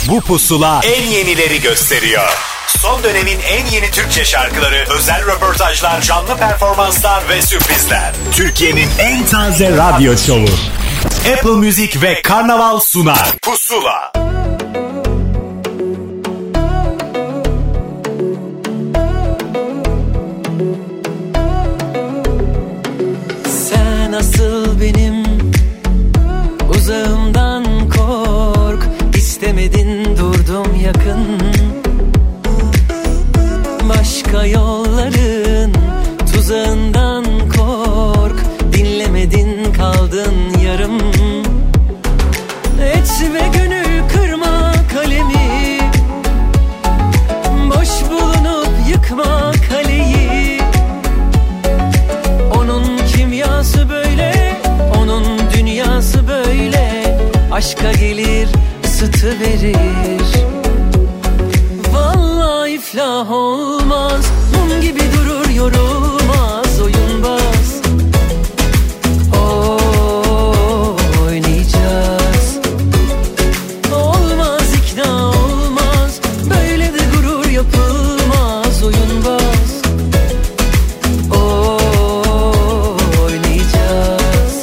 Bu pusula en yenileri gösteriyor. Son dönemin en yeni Türkçe şarkıları, özel röportajlar, canlı performanslar ve sürprizler. Türkiye'nin en taze radyo şovu. Apple Music ve Karnaval sunar. Pusula. Sen asıl benim uzağımdan kork. İstemedin, durdum yakın. Başka yolların tuzağından kork. Dinlemedin, kaldın yarım. Etme gönül, kırma kalemi. Boş bulunup yıkma kaleyi. Onun kimyası böyle, onun dünyası böyle. Aşka gelir, ısıtıverir. Vallahi iflah olmaz. Mum gibi durur, yorulmaz. Oyunbaz. Oynayacağız. Olmaz, ikna olmaz. Böyle de gurur yapılmaz. Oyunbaz. Oynayacağız.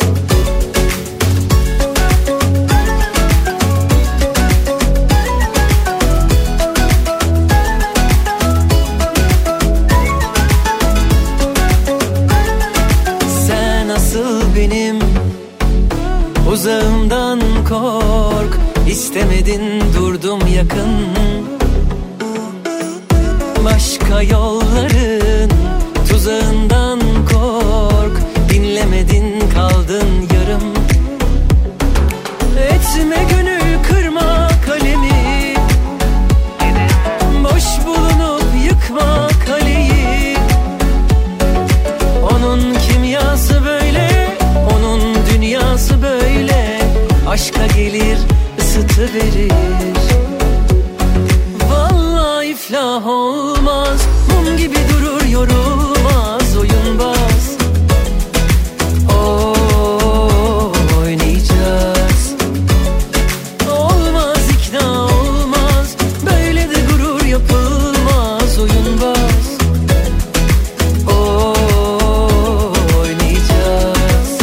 Sen asıl benim uzağımdan kork. İstemedin, durdum yakın. Başka yolların tuzağından kork. Dinlemedin, kaldın yarım. Etme gönül, kırma kalemi. Boş bulunup yıkma kaleyi. Onun kimyası böyle, onun dünyası böyle. Aşka gelir, ısıtıverir. Vallahi iflah olmaz. Mum gibi durur, yorulmaz. Oyunbaz. Oynayacağız. Olmaz, ikna olmaz. Böyle de gurur yapılmaz. Oyunbaz. Oynayacağız.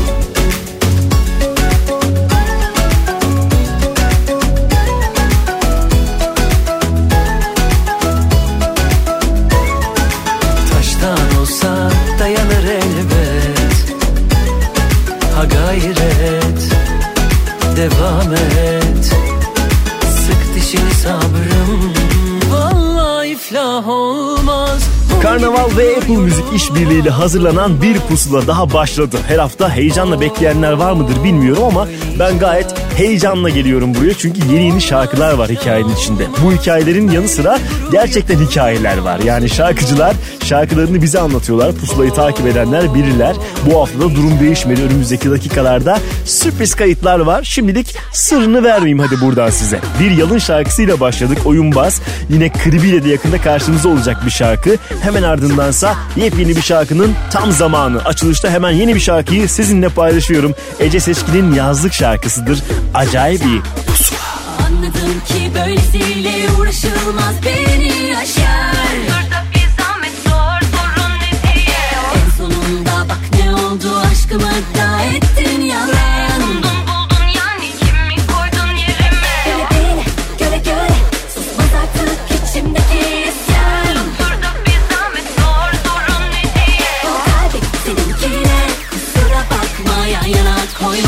Taştan olsa dayanır elbet. Ha gayret, devam et. Sık dişini sabrım. Vallahi iflah olmaz. Karnaval ve Apple Music işbirliğiyle hazırlanan bir pusula daha başladı. Her hafta heyecanla bekleyenler var mıdır bilmiyorum ama ben gayet heyecanla geliyorum buraya. Çünkü yeni şarkılar var hikayenin içinde. Bu hikayelerin yanı sıra gerçekten hikayeler var. Yani şarkıcılar şarkılarını bize anlatıyorlar. Pusulayı takip edenler bilirler. Bu hafta da durum değişmedi. Önümüzdeki dakikalarda sürpriz kayıtlar var. Şimdilik sırrını vermeyeyim hadi buradan size. Bir Yalın şarkısıyla başladık. Oyunbaz. Yine klibiyle de yakında karşımıza olacak bir şarkı. Hemen ardındansa yepyeni bir şarkının tam zamanı. Açılışta hemen yeni bir şarkıyı sizinle paylaşıyorum. Ece Seçkin'in yazlık şarkısıdır. Acayip iyi. Pusula. Anladım ki böylesiyle uğraşılmaz, beni aşar. Burada bir zahmet sor, sorun ne diye. En sonunda bak ne oldu, aşkımı da ettin yalan. Buldun yani, kimi koydun yerime. Beni göre göre susmaz artık içimdeki isyan. Burada bir zahmet sor, sorun ne diye. O kalbi seninkine, kusura bakma, yan yana koyma.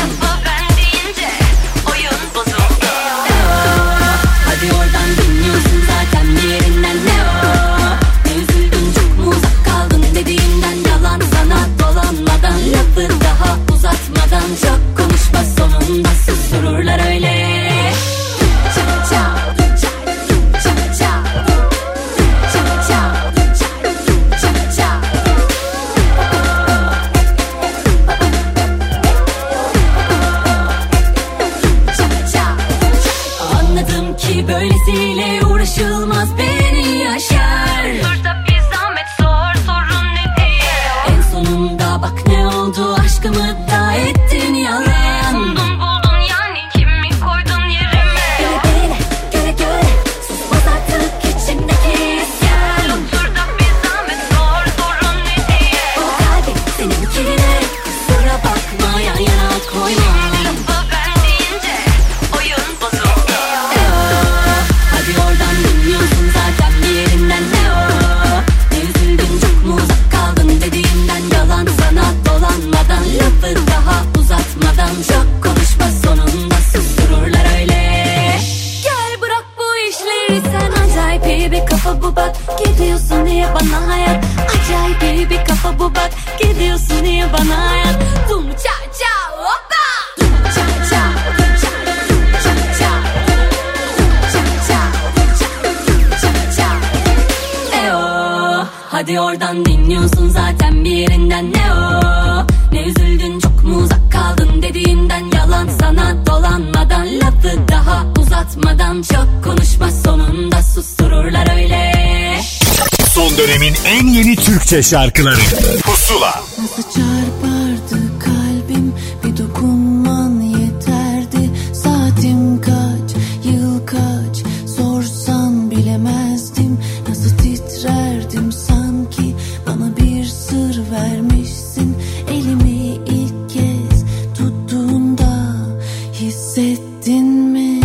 Hadi oradan dinliyorsun zaten bir yerinden, ne o? Ne üzüldün, çok mu uzak kaldın dediğinden, yalan sana dolanmadan, lafı daha uzatmadan, çok konuşma sonunda sustururlar öyle. Anladım ki böylesiyle uğraşılmaz, beni yaşar. Burada bir zahmet sor, sorun ne diye. En sonunda bak ne oldu, aşkımı da ettin yalan. Buldun yani, kimi koydun yerime. bana hayat. Acayip bir kafa bu bak, gidiyorsun niye bana hayat. Dum ça ça hoppa. Dum ça ça, dum ça ça, dum ça ça, dum ça ça. Hadi oradan dinliyorsun zaten bir yerinden ne o? Ne üzüldün çok mu uzak kaldın dediğinden, yalan sana dolanmadan, lafı daha uzatmadan, çok konuşma sonunda sustururlar öyle. Son dönemin en yeni Türkçe şarkıları Pusula. Nasıl çarpardı kalbim, bir dokunman yeterdi. Saatim kaç, yıl kaç, sorsan bilemezdim. Nasıl titrerdim sanki bana bir sır vermişsin. Elimi ilk kez tuttuğunda hissettin mi?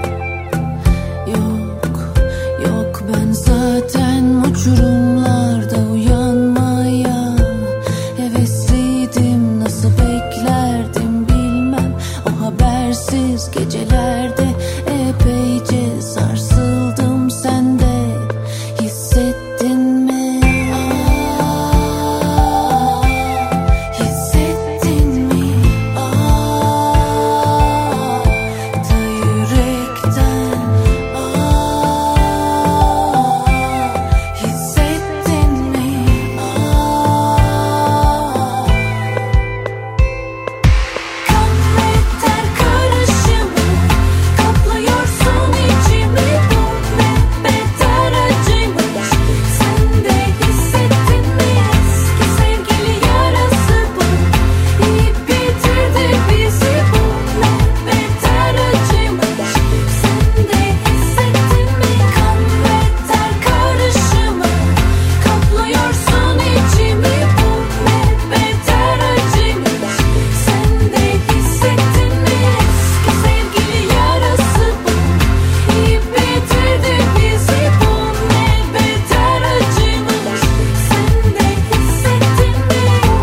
Yok ben zaten uçurumlarda uyanmaya hevesliydim. Nasıl beklerdim bilmem, o habersiz gecelerde epeyce sarsıldım. Sen de hissettin mi? Hissettin mi? Ta yürekten hissettin mi? Kan ve ter karışımı kaplıyorsun içimi. Bu ne beter acıymış. Sen de hissettin mi? Eski sevgili yarası bu, yiyip bitirdi bizi. Bu ne beter acıymış. Sen de hissettin mi? Kan ve ter karışımı kaplıyorsun içimi. Bu ne beter acıymış. Sen de hissettin mi? Eski sevgili yarası bu, yiyip bitirdi bizi. Bu ne beter acıymış. Sen de hissettin mi?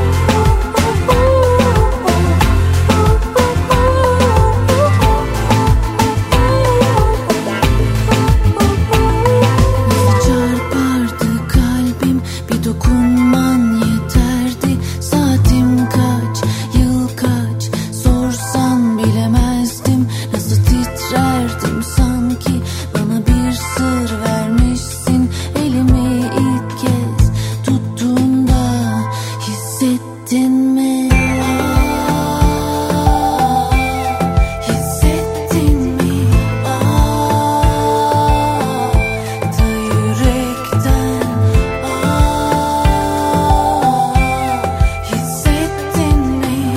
Nasıl çarpardı kalbim, bir dokunman yeterdi. Saatim kaç, yıl kaç, sorsan bilemezdim. Nasıl titrerdim sanki bana bir sır vermişsin. Elimi ilk kez tuttuğunda hissettin mi? Hissettin mi? Ta yürekten hissettin mi?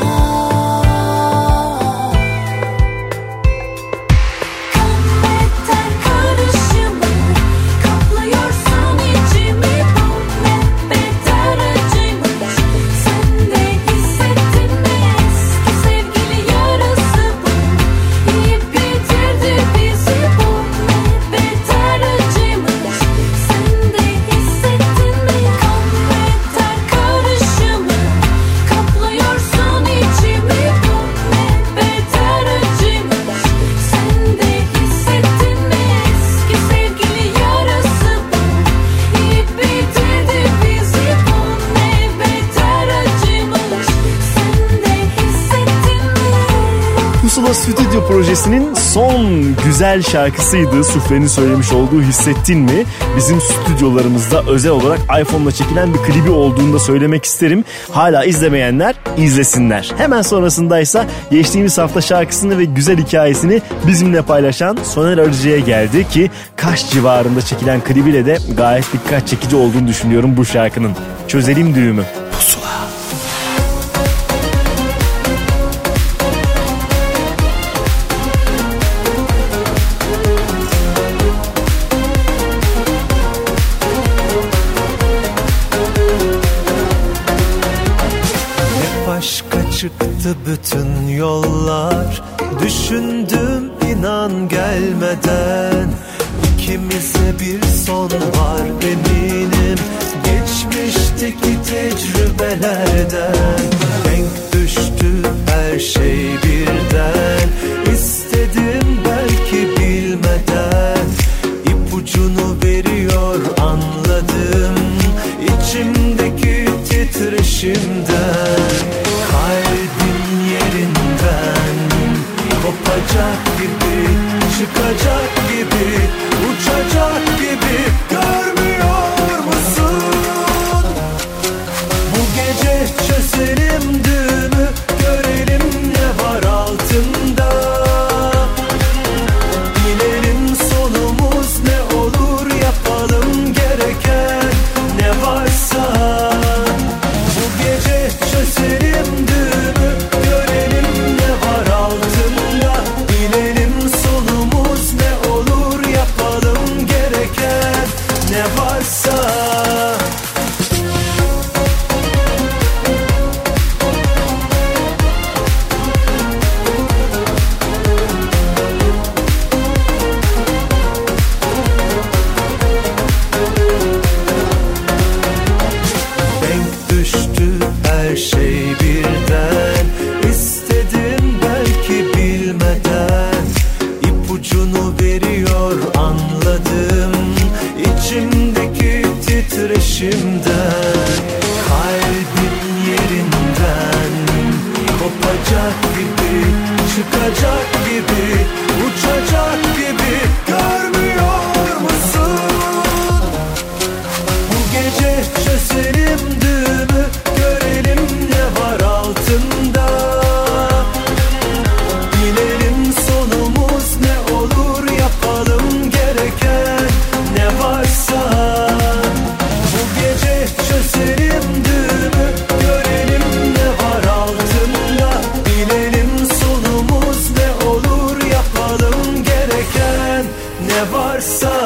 Kan ve ter karışımı kaplıyorsun içimi. Bu ne beter acıymış. Sen de hissettin mi? Eski sevgili yarası bu, yiyip bitirdi bizi. Bu ne beter acıymış. Sen de hissettin mi? Kan ve ter karışımı kaplıyorsun içimi. Bu ne beter acıymış. Sen de hissettin mi? Eski sevgili yarası bu, yiyip bitirdi bizi. Bu ne beter acıymış. Sen de hissettin mi? Pusula Stüdyo Projesi'nin son güzel şarkısıydı. Sufre'nin söylemiş olduğu Hissettin mi? Bizim stüdyolarımızda özel olarak iPhone'la çekilen bir klibi olduğunu da söylemek isterim. Hala izlemeyenler izlesinler. Hemen sonrasındaysa geçtiğimiz hafta şarkısını ve güzel hikayesini bizimle paylaşan Soner Arıcı'ya geldi ki Kaş civarında çekilen klibiyle de gayet dikkat çekici olduğunu düşünüyorum bu şarkının. Çözelim düğümü. Pusula. Başka çıktı bütün yollar. Düşündüm inan gelmeden. İkimize bir son var eminim. Geçmişteki tecrübelerden. Renk düştü her şey birden. İstedim belki bilmeden. İpucunu veriyor anladım. çıkacak gibi, uçacak gibi, görmüyor musun? Bu gece çözelim düğümü, görelim ne var altında. Bilelim sonumuz ne olur, yapalım gereken ne varsa. Bu gece çözelim düğümü, görelim ne var altında. Bilelim sonumuz ne olur, yapalım gereken ne varsa. Denk düştü her şey birden, istedim belki bilmeden. İpucunu veriyor anladım, içimdeki titreşimden. Kalbim yerinden kopacak gibi, çıkacak gibi, uçacak gibi, görmüyor musun? Bu gece çözelim düğümü, görelim ne var altında. Bilelim sonumuz ne olur, yapalım gereken ne varsa. Bu gece çözelim düğümü, görelim ne var altında. Bilelim sonumuz ne olur, yapalım gereken ne varsa.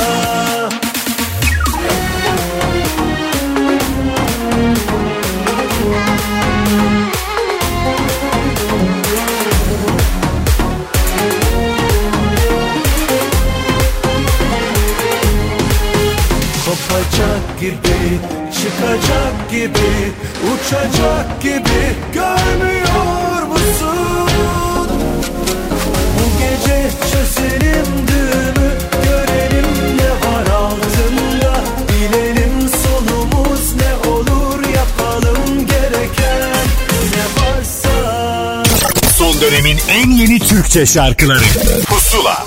Kopacak gibi, çıkacak gibi, uçacak gibi, görmüyor musun? Bu gece çözelim düğümü, görelim ne var altında. Bilelim sonumuz ne olur, yapalım gereken ne varsa. Son dönemin en yeni Türkçe şarkıları Pusula.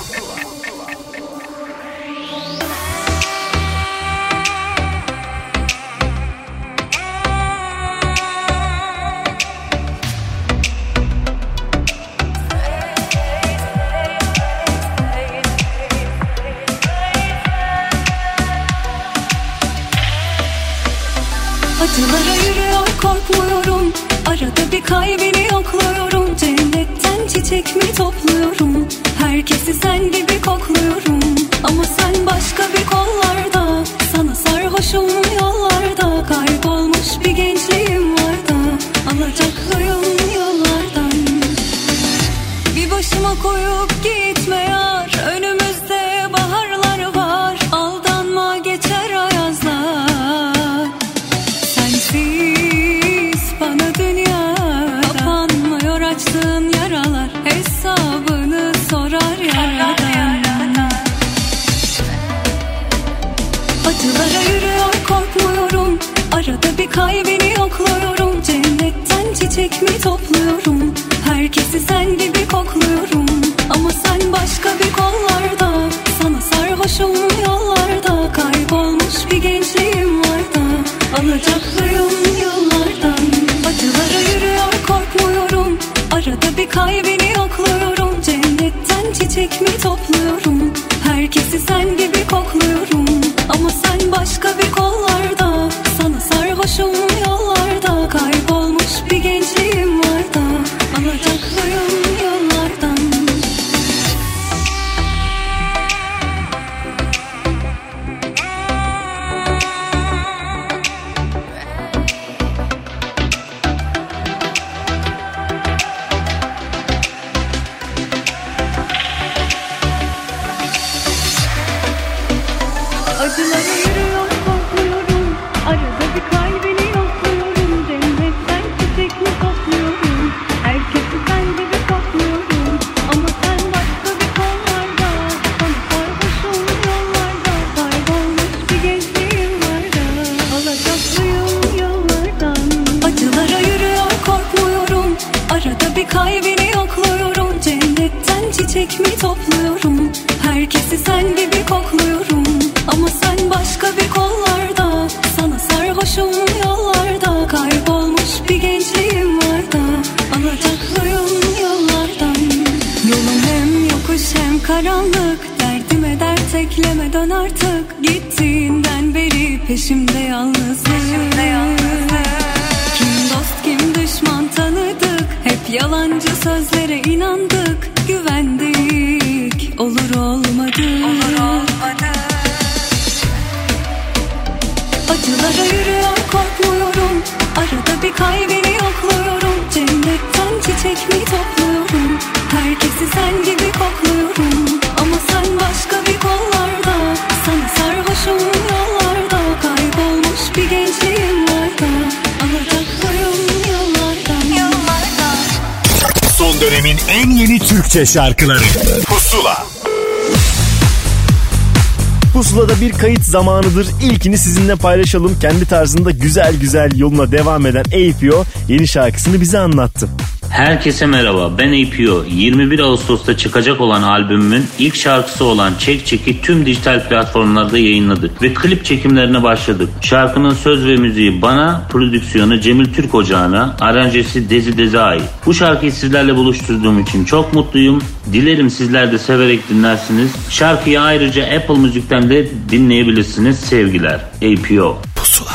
Acılara yürüyor korkmuyorum, arada bir kalbini yokluyorum. Cennetten çiçek mi topluyorum, herkesi sen gibi kokluyorum. Ama sen başka bir kollarda, sana sarhoşum yollarda. Kaybolmuş bir gençliğim var da, alacaklıyım yollardan. Bir başıma koyup gitme yar, önümüzde baharlar var. Aldanma geçer ayazlar. Sensiz bana dünya kapanmıyor, açtığın yaralar hesabını sorar yaradan. Acılara yürüyor korkmuyorum, arada bir kalbini yokluyorum. Cennetten çiçek mi topluyorum, herkesi sen gibi kokluyorum. Ama sen başka bir kollarda, sana sarhoşum yollarda. Kaybolmuş bir gençliğim var da, alacaklıyım yollardan. Acılara yürüyor korkmuyorum, arada bir kalbini yokluyorum. Cennetten çiçek mi topluyorum, herkesi sen gibi kokluyorum. Ama sen başka bir kollarda, sana sarhoşum yollarda. Kaybolmuş bir gençliğim var da, alacaklıyım yollardan. Acılara yürüyor korkmuyorum, arada bir kalbini yokluyorum. Cennetten çiçek mi topluyorum, herkesi sen gibi kokluyorum. Ama sen başka bir kollarda, sana sarhoşum yollarda. Kaybolmuş bir gençliğim var da, alacaklıyım yollardan. Acılara yürüyor korkmuyorum, arada bir kalbini yokluyorum. Cennetten çiçek mi topluyorum, Herkesi sen gibi kokluyorum ama sen başka bir kollarda. Sana sarhoşum yollarda, kaybolmuş bir gençliğim var da alacaklıyım yollardan. Yolum hem yokuş hem karanlık, derdime dert ekleme dön artık. Gittiğinden beri peşimde yalnızlık. Kim dost kim düşman tanıdık, hep yalancı sözlere inandık. Güvendik, olur olmadı. Acılara yürüyor korkmuyorum, arada bir kalbini yokluyorum. Cennetten çiçek mi topluyorum, herkesi sen gibi kokluyorum. Ama sen başka bir kollarda, sana sarhoşum yollarda. Kaybolmuş bir gençliğim var da alacaklıyım yollardan. Son dönemin en yeni Türkçe şarkıları Pusula. Pusula'da bir kayıt zamanıdır. İlkini sizinle paylaşalım. Kendi tarzında güzel güzel yoluna devam eden APO yeni şarkısını bize anlattı. Herkese merhaba, ben APO. 21 Ağustos'ta çıkacak olan albümümün ilk şarkısı olan Çek Çek'i tüm dijital platformlarda yayınladık ve klip çekimlerine başladık. Şarkının söz ve müziği bana, prodüksiyonu Cemil Türk Ocağı'na, aranjesi Dezi ait. Bu şarkıyı sizlerle buluşturduğum için çok mutluyum. Dilerim sizler de severek dinlersiniz. Şarkıyı ayrıca Apple Müzik'ten de dinleyebilirsiniz. Sevgiler. APO. Pusula.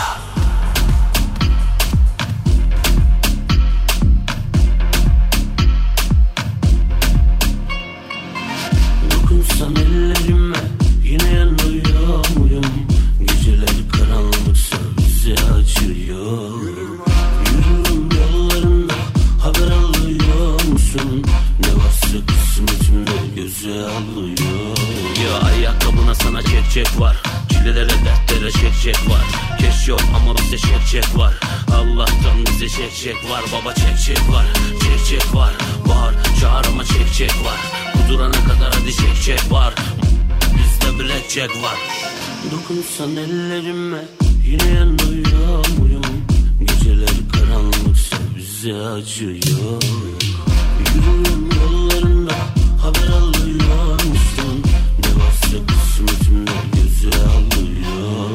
Dokunsan ellerime yine yanıyor muyum? Geceler karanlıksa bize acıyor. Yürüyorum yollarında, haber alıyor musun? Ne varsa kısmetimde göze alıyor. Ya ayakkabına sana çek var, çilelere dertlere çek var. Keş yok ama bize çek var. Allah'tan bize çek var. Baba çek var, çek var. Bağır çağır ama çek var. Kudurana kadar hadi çek var. Bizde blackjack var. Dokunsan ellerime yine yanıyor muyum? Geceler karanlıksa bize acıyor. Yürüyorum yollarında, haber alıyor musun? Ne varsa kısmetimde göze alıyor.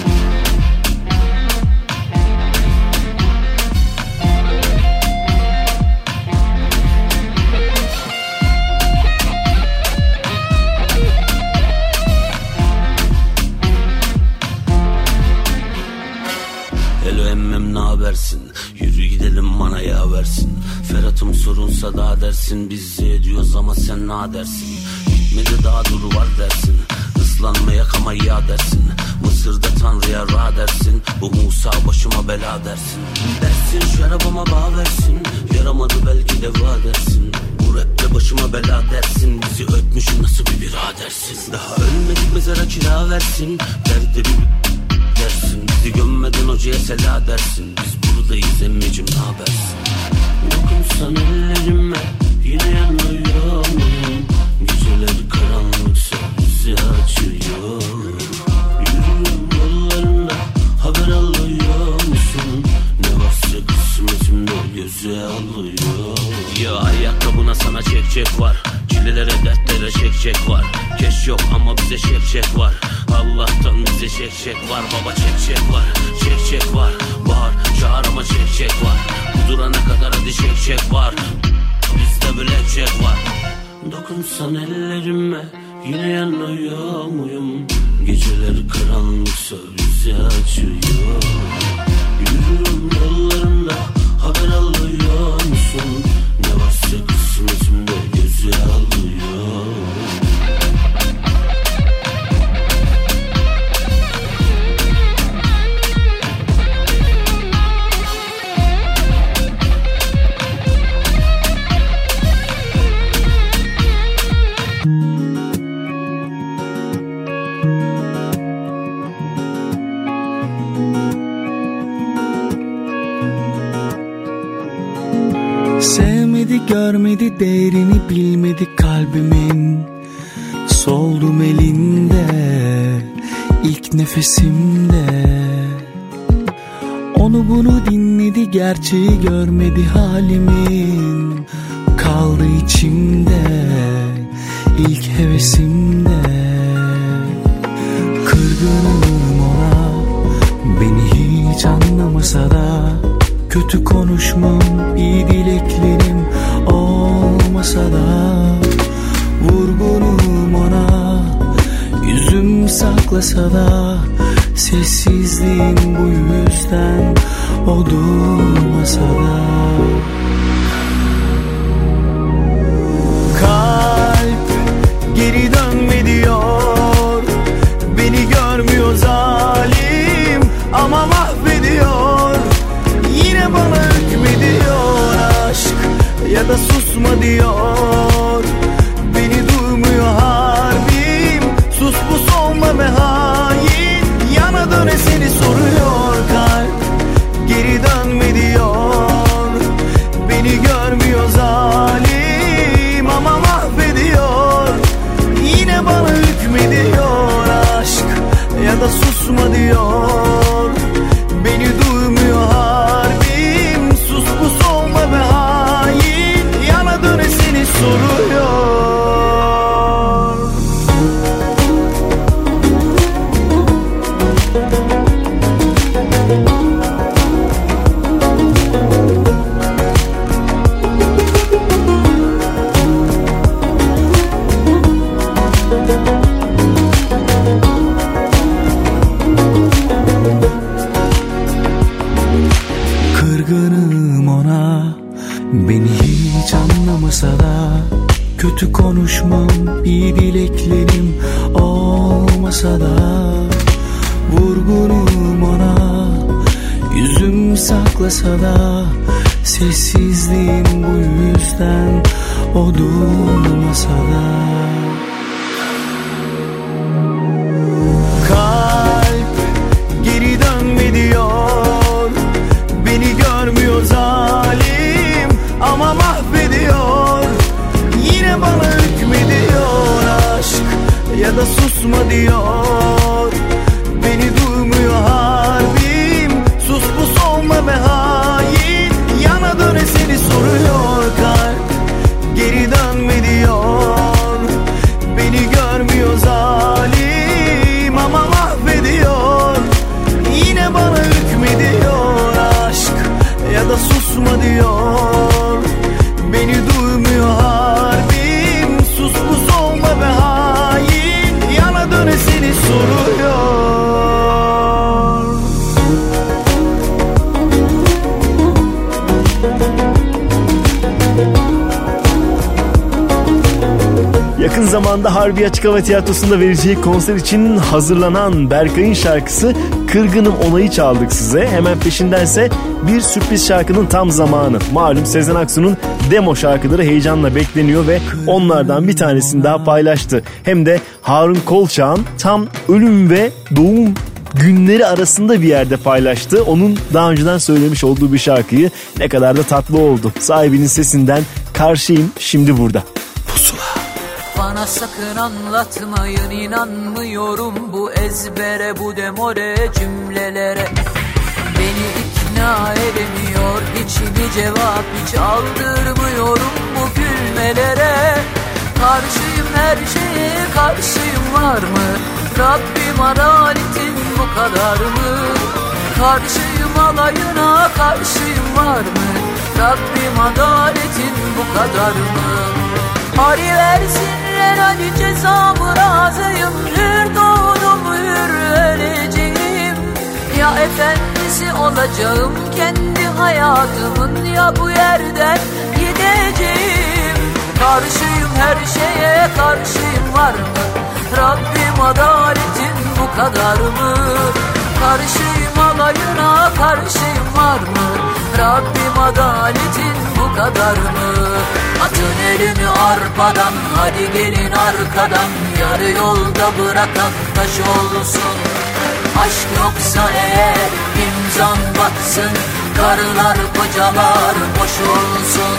Hello emmem nabersin? Yürü gidelim bana ya versin. Ferhat'ım sorunsa da dersin. Biz ediyoruz ama sen ne dersin? Gitmedi daha dur var dersin. Islanmaya kama ya dersin. Mısır'da Tanrı'ya ra dersin. Bu Musa başıma bela dersin. Dersin şarabıma bağ versin. Yaramadı belki de va dersin. Bu rapte başıma bela dersin. Bizi öpmüş nasıl bir biradersin. Daha ölmedik mezara kira versin. Derde bir dersin. Bizi gömmeden hocaya sela dersin. Biz buradayız emmicim ne habersin? Dokunsan ellerime yine yanıyor muyum? Geceler karanlıksa bizi açıyor. Yürüyorum yollarında, haber alıyor musun? Ne varsa kısmetimde göze alıyor. Ya ayakkabına sana çek var, çilelere dertlere çek var. Keş yok ama bize çek var. Allah'tan bize çek var. Baba çek var, çek var. Bağır çağır ama çek var. Kudurana kadar hadi çek var. Bizde blackjack var. Dokunsan ellerime yine yanıyor muyum? Geceler karanlıksa bize acıyor. Yürüyorum yollarında, haber alıyor musun? Ne varsa kısmetimde göze alıyor. Sevmedi görmedi değerini bilmedi kalbimin. Soldum elinde ilk nefesimde. Onu bunu dinledi gerçeği görmedi halimin. Kaldı içimde ilk hevesimde. konuşmam, iyi dileklerim olmasa da vurgunum ona, yüzüm saklasa da sessizliğim bu yüzden o durmasa da. Kalp geri dönme diyor, beni görmüyor zalim ama mahvediyor. Yine bana hükmediyor aşk ya da susma diyor. Beni duymuyor harbim, sus pus olma be hain. Yana döne seni soruyor kalp, geri dönme diyor. Beni görmüyor zalim ama mahvediyor. Yine bana hükmediyor aşk ya da susma diyor. Beni duymuyor harbim, sus pus olma be hain. Yana döne seni soruyor. Kırgınım ona, beni hiç anlamasa da. Kötü konuşmam, iyi dileklerim olmasa da vurgunum ona, yüzüm saklasa da sessizliğim bu yüzden o durmasa da. Kalp geri dönme diyor, beni görmüyor zalim ama mahvediyor. Yine bana hükmediyor aşk ya da susma diyor. Beni duymuyor harbim, sus pus olma be hain. Yana döne seni soruyor kalp, geri dönme diyor. Beni görmüyor zalim ama mahvediyor. Yine bana hükmediyor aşk ya da susma diyor. Beni duymuyor harbim, sus pus olma be hain. Yana döne seni soruyor. Yakın zamanda Harbiye Açık Hava Tiyatrosu'nda vereceği konser için hazırlanan Berkay'ın şarkısı Kırgınım Ona'yı çaldık size. Hemen peşindense bir sürpriz şarkının tam zamanı. Malum Sezen Aksu'nun demo şarkıları heyecanla bekleniyor ve onlardan bir tanesini daha paylaştı. Hem de Harun Kolçak'ın tam ölüm ve doğum günleri arasında bir yerde paylaştı. Onun daha önceden söylemiş olduğu bir şarkıyı, ne kadar da tatlı oldu. Sahibinin sesinden Karşıyım şimdi burada. Pusula. Bana sakın anlatmayın, inanmıyorum bu ezbere, bu demore cümlelere. Beni ikna edemiyor, hiçbir cevap hiç aldırmıyorum bu gülmelere. Karşıyım her şeye, karşıyım var mı? Rabbim adaletin bu kadar mı? Karşıyım alayına, karşıyım var mı? Rabbim adaletin bu kadar mı? Hadi versinler hadi cezamı, razıyım. Hür doğdum hür öleceğim. Ya efendisi olacağım kendi hayatımın, ya bu yerden gideceğim. Karşıyım her şeye, karşıyım var mı? Rabbim adaletin bu kadar mı? Karşıyım alayına, karşıyım var mı? Rabbim adaletin bu kadar mı? Atın elini arpadan, hadi gelin arkadan. Yarı yolda bırakan taş olsun. Aşk yoksa eğer imzan batsın. Karılar kocalar boş olsun.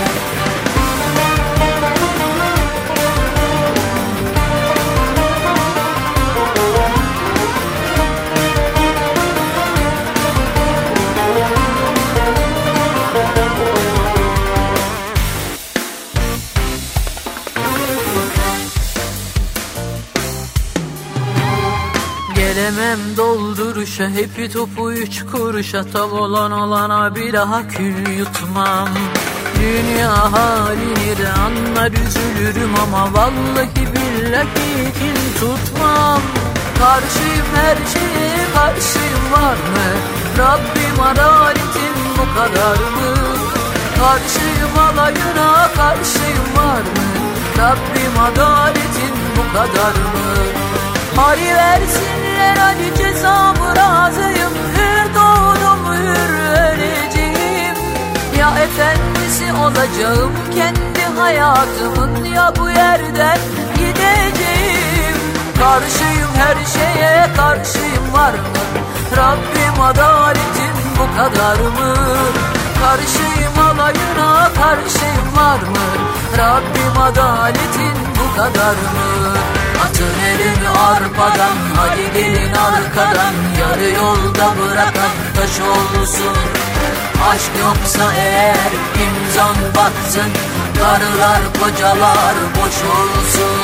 Gelemem dolduruşa, hepi topu 3 kuruşa, tav olan olana bir daha kül yutmam. Dünya halini de anlar üzülürüm ama vallahi billahi kin tutmam. Karşıyım her şeye, karşıyım var mı? Rabbim adaletin bu kadar mı? Karşıyım alayına, karşıyım var mı? Rabbim adaletin bu kadar mı? Hadi versinler hadi cezamı, razıyım. Hür doğdum hür öleceğim. Ya efendisi olacağım kendi hayatımın, ya bu yerden gideceğim. Karşıyım her şeye, karşıyım var mı? Rabbim adaletin bu kadar mı? Karşıyım alayına, karşıyım var mı? Rabbim adaletin bu kadar mı? Atın elini arpadan, hadi gelin arkadan. Yarı yolda bırakan taş olsun. Aşk yoksa eğer imzan batsın. Karılar kocalar boş olsun.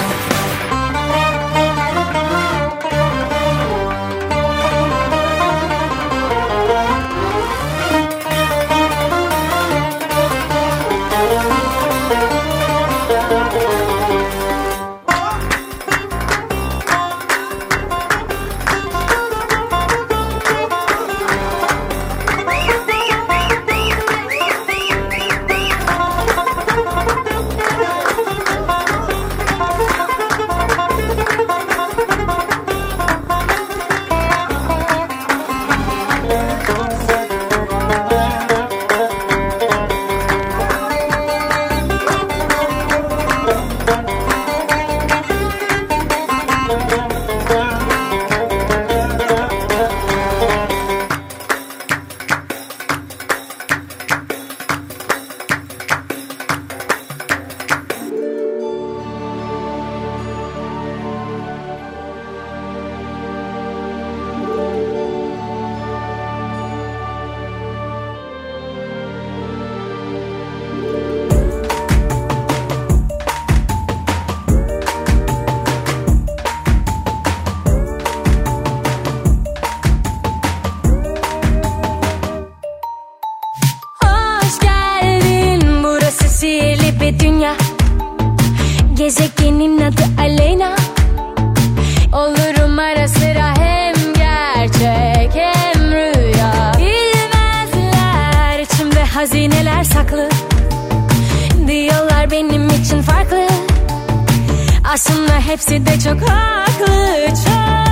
Gezegenin adı Aleyna. Olurum ara sıra hem gerçek hem rüya. Bilmezler içimde hazineler saklı. Diyorlar benim için farklı. Aslında hepsi de çok haklı, çok.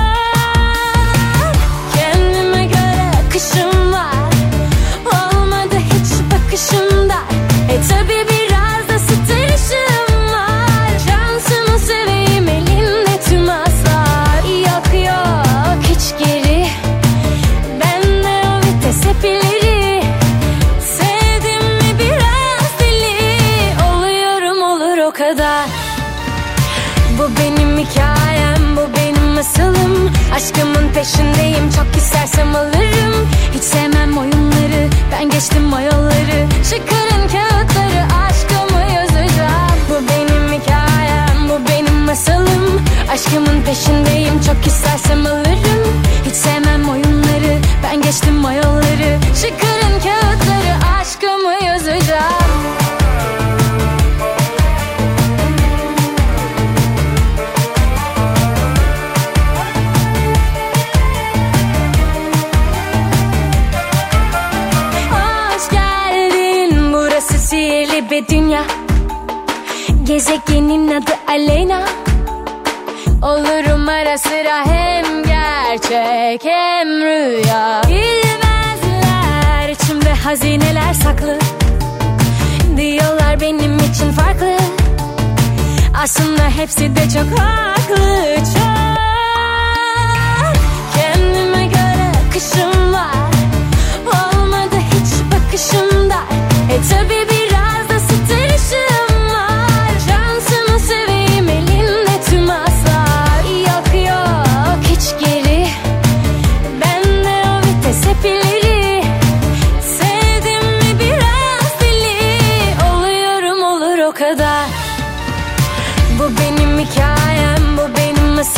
Kendime göre akışım var. Olmadı hiç bakışımda. Tabii biraz da stajım var. Şansımı seveyim elimde tüm aslar. Yok yok hiç geri. Bende o vites hep ileri. Sevdim mi biraz deli. Oluyorum olur o kadar. Bu benim hikayem, bu benim masalım. Aşkımın peşindeyim, çok istersem alırım. Hiç sevmem oyunları, ben geçtim o yolları. Çıkarın kağıtları, aşkımı yazacağım. Bu benim hikayem, bu benim masalım. Aşkımın peşindeyim, çok istersem alırım. Hiç sevmem oyunları, ben geçtim o yolları. Çıkarın kağıtları, aşkımı yazacağım. Sihirli bir dünya. Gezegenin adı Aleyna. Olurum ara sıra hem gerçek hem rüya. Bilmezler içimde hazineler saklı. Diyorlar benim için farklı. Aslında hepsi de çok haklı, çok. Kendime göre akışım var. Olmadı hiç bakışımda. Tabii biraz da stajım var. Şansımı seveyim elimde tüm aslar. Yok yok hiç geri. Bende o vites hep ileri. Sevdim mi biraz deli. Oluyorum olur o kadar. Bu benim hikayem, bu benim masalım.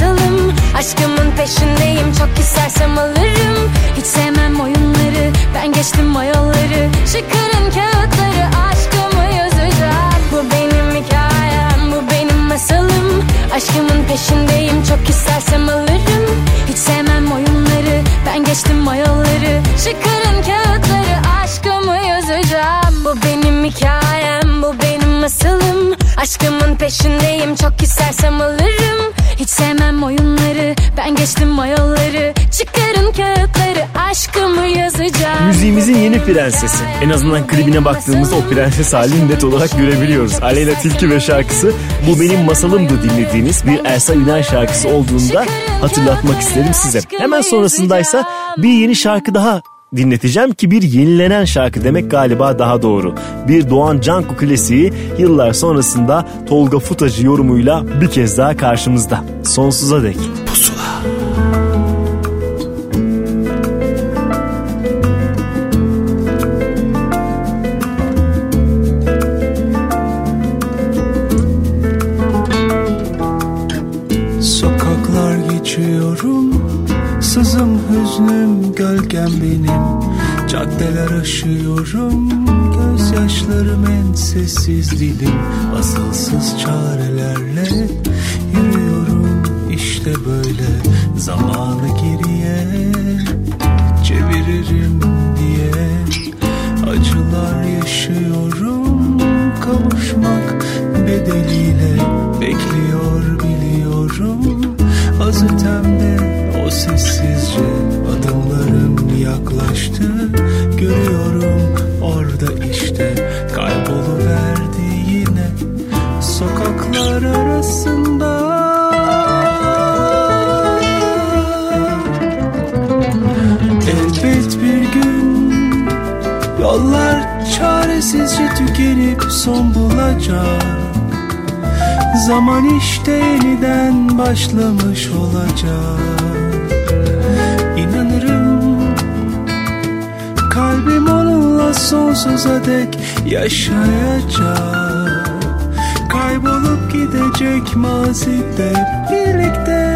Aşkımın peşindeyim, çok istersem alırım. Hiç sevmem oyunları, ben geçtim o yolları. Çıkarın kağıtları, aşkımı yazacağım. Bu benim hikayem, bu benim masalım. Aşkımın peşindeyim, çok istersem alırım. Hiç sevmem oyunları, ben geçtim o yolları. Çıkarın kağıtları, aşkımı yazacağım. Bu benim hikayem, bu benim masalım. Aşkımın peşindeyim, çok istersem alırım. Hiç sevmem oyunları, ben geçtim o yolları. Çıkarın kağıtları, aşkımı yazacağım. Müziğimizin yeni prensesi. En azından klibine baktığımızda o prenses halini net olarak görebiliyoruz. Aleyna Tilki ve şarkısı Bu Benim Masalımdı dinlediğiniz bir Elsa Ünal şarkısı olduğunda hatırlatmak isterim size. Hemen sonrasındaysa bir yeni şarkı daha dinleteceğim ki bir yenilenen şarkı demek galiba daha doğru. Bir Doğan Canku klasiği yıllar sonrasında Tolga Futacı yorumuyla bir kez daha karşımızda. Sonsuza dek. Pusula. Sokaklar geçiyorum, sızım hüznüm gölgem benim. Caddeler aşıyorum, gözyaşlarım en sessiz dilim. Asılsız çarelerle yürüyorum, işte böyle zamanı geriye çeviririm diye. Acılar yaşıyorum, kavuşmak bedeliyle bekliyor biliyorum. Az ötemde o sessizce adımlarım yaklaştı. Görüyorum orada işte kayboluverdi yine sokaklar arasında. Elbet bir gün yollar çaresizce tükenip son bulacak. Zaman işte yeniden başlamış olacak. İnanırım kalbim onunla sonsuza dek yaşayacak. Kaybolup gidecek mazide birlikte.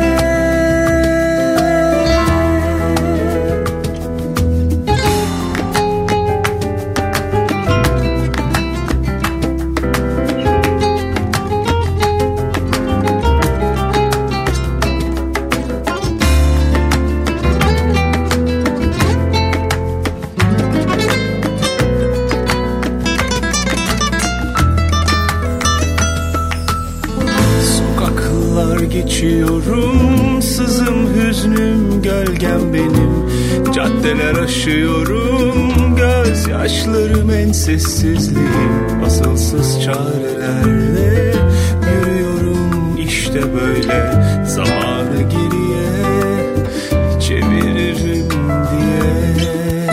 Geçiyorum, sızım hüznüm gölgem benim. Caddeler aşıyorum, gözyaşlarım en sessizliğim. Asılsız çarelerle yürüyorum, işte böyle zamanı geriye çeviririm diye.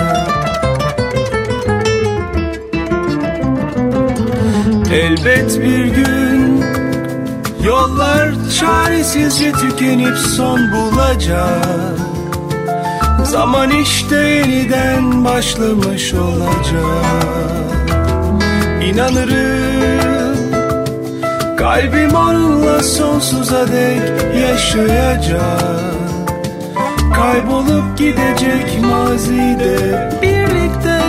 Elbet bir gün yollar çaresizce tükenip son bulacak. Zaman işte yeniden başlamış olacak. İnanırım kalbim onunla sonsuza dek yaşayacak. Kaybolup gidecek mazide birlikte.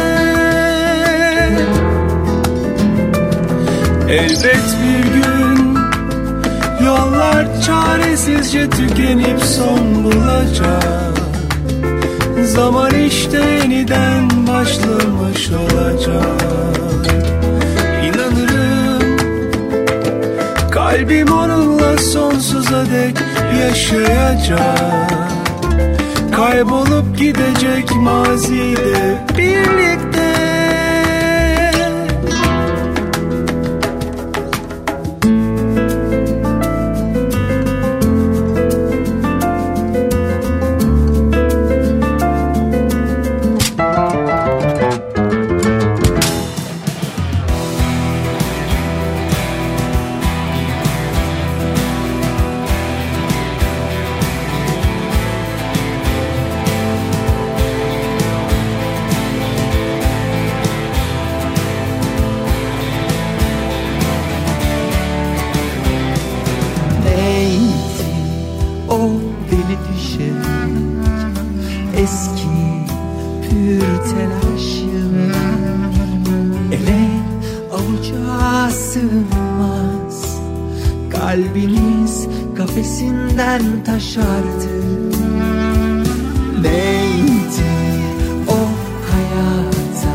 Elbet bir gün yollar çaresizce tükenip son bulacak. Zaman işte yeniden başlamış olacak. İnanırım kalbim onunla sonsuza dek yaşayacak. Kaybolup gidecek mazide birlikte. deli düşer eski pür telaşımlar. Ele avuca sığmaz, kalbimiz kafesinden taşardı. Neydi o hayata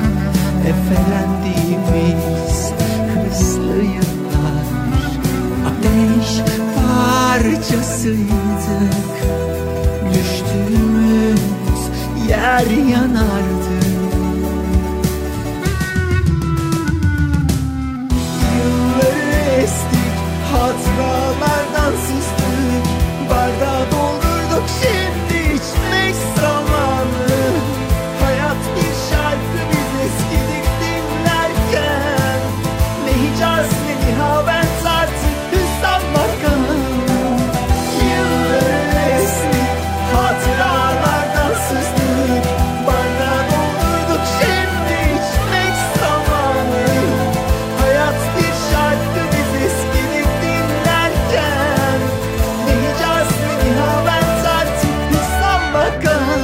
efelendiğimiz hızlı yıllar? Ateş parçasıydık, düştüğümüz yer yanardı. Yılları estik, hatıralardan sızdık, bardağı doldurduk, şimdi içmek zamanı. Hayat bir şarkı, biz eskidik dinlerken. Ne Hicaz ne Nihavent artık hüsran bakalım. Yılları estik, hatıralardan sızdık, bardağı doldurduk, şimdi içmek zamanı. Hayat bir şarkı, biz eskidik dinlerken. Ne Hicaz ne Nihavent artık hüsran bakalım.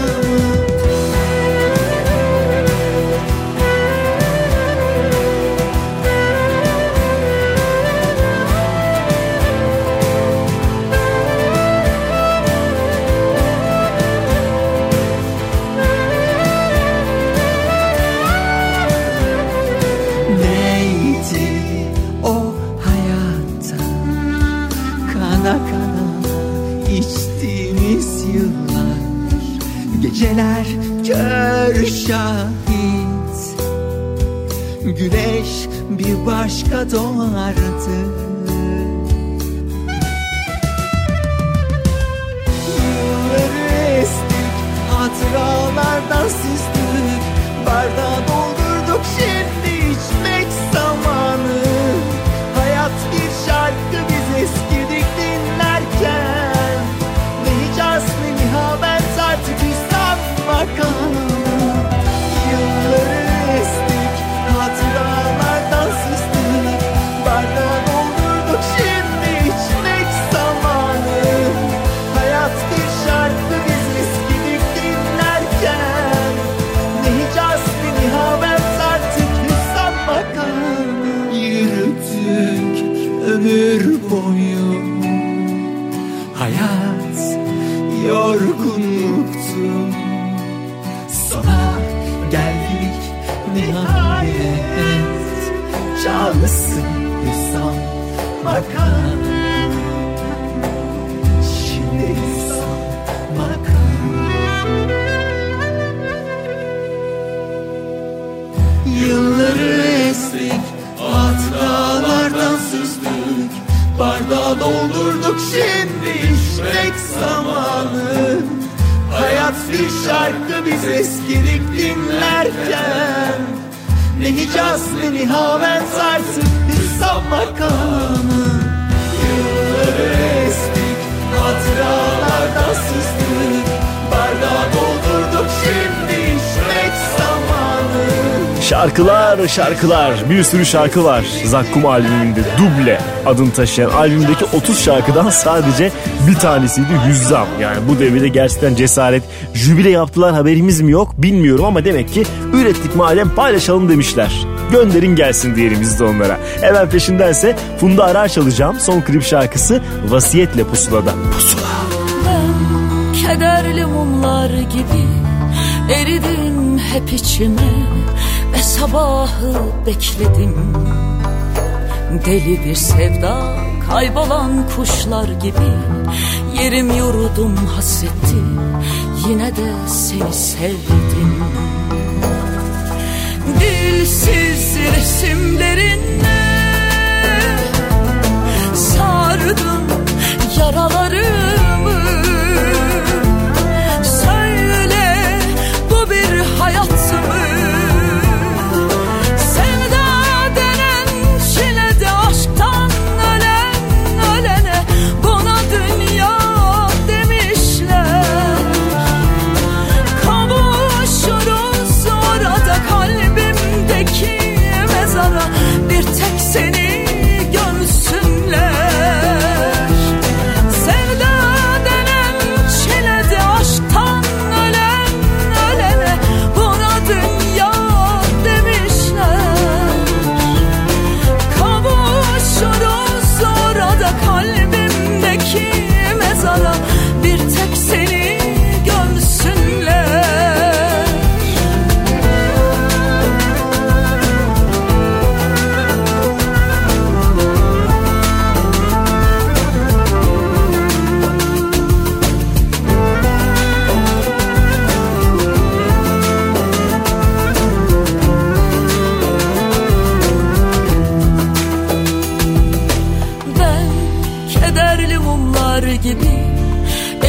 Neydi o hayatta kana kana içtiğimiz yıllar? Geceler kör şahit, güneş bir başka doğardı. Yılları estik, hatıralardan sızdık, bardağı doldurduk, şimdi içmek zamanı. Hayat bir şarkı, biz eskidik dinlerken. Ne Hicaz ne Nihavent artık hüsran makamı. Yılları estik, hatıralardan sızdık, bardağı doldurduk, şimdi içmek zamanı. Hayat bir şarkı, biz eskidik dinlerken. Ne Hicaz ne Nihavent artık hüsran makamı. Yürüdük ömür boyu, hayat yorgunluktu. Sona geldik nihayet, çalsın hüsran makam. Şimdi hüsran makam. Yılları estik, hatıralardan sızdık, bardağı doldurduk, şimdi içmek zamanı. Hayat bir şarkı, biz eskidik dinlerken. Ne Hicaz ne Nihavent artık hüsran makamı. Yılları estik, hatıralardan sızdık, bardağı doldurduk, şimdi içmek zamanı. Şarkılar şarkılar, bir sürü şarkı var Zakkum albümünde. Duble adını taşıyan albümdeki 30 şarkıdan sadece bir tanesiydi Hüzzam. Yani bu devirde gerçekten cesaret. Jübile yaptılar, haberimiz mi yok bilmiyorum ama demek ki ürettik madem paylaşalım demişler. Gönderin gelsin diyelim biz de onlara. Hemen peşindense Funda Arar çalacağım. Son klip şarkısı Vasiyetle Pusula'da. Pusula. Ben kederli mumlar gibi eridim hep içime ve sabahı bekledim. Deli bir sevda, kaybolan kuşlar gibi yerim yurdum hasretti, yine de seni sevdim. Dilsiz resimlerinle sardım yaralarımı. Söyle, bu bir hayat mı? Sevda denen çilede aşktan ölen ölene buna dünya demişler. Kavuşuruz orada kalbimdeki mezara, bir tek seni gömsünler. Sevda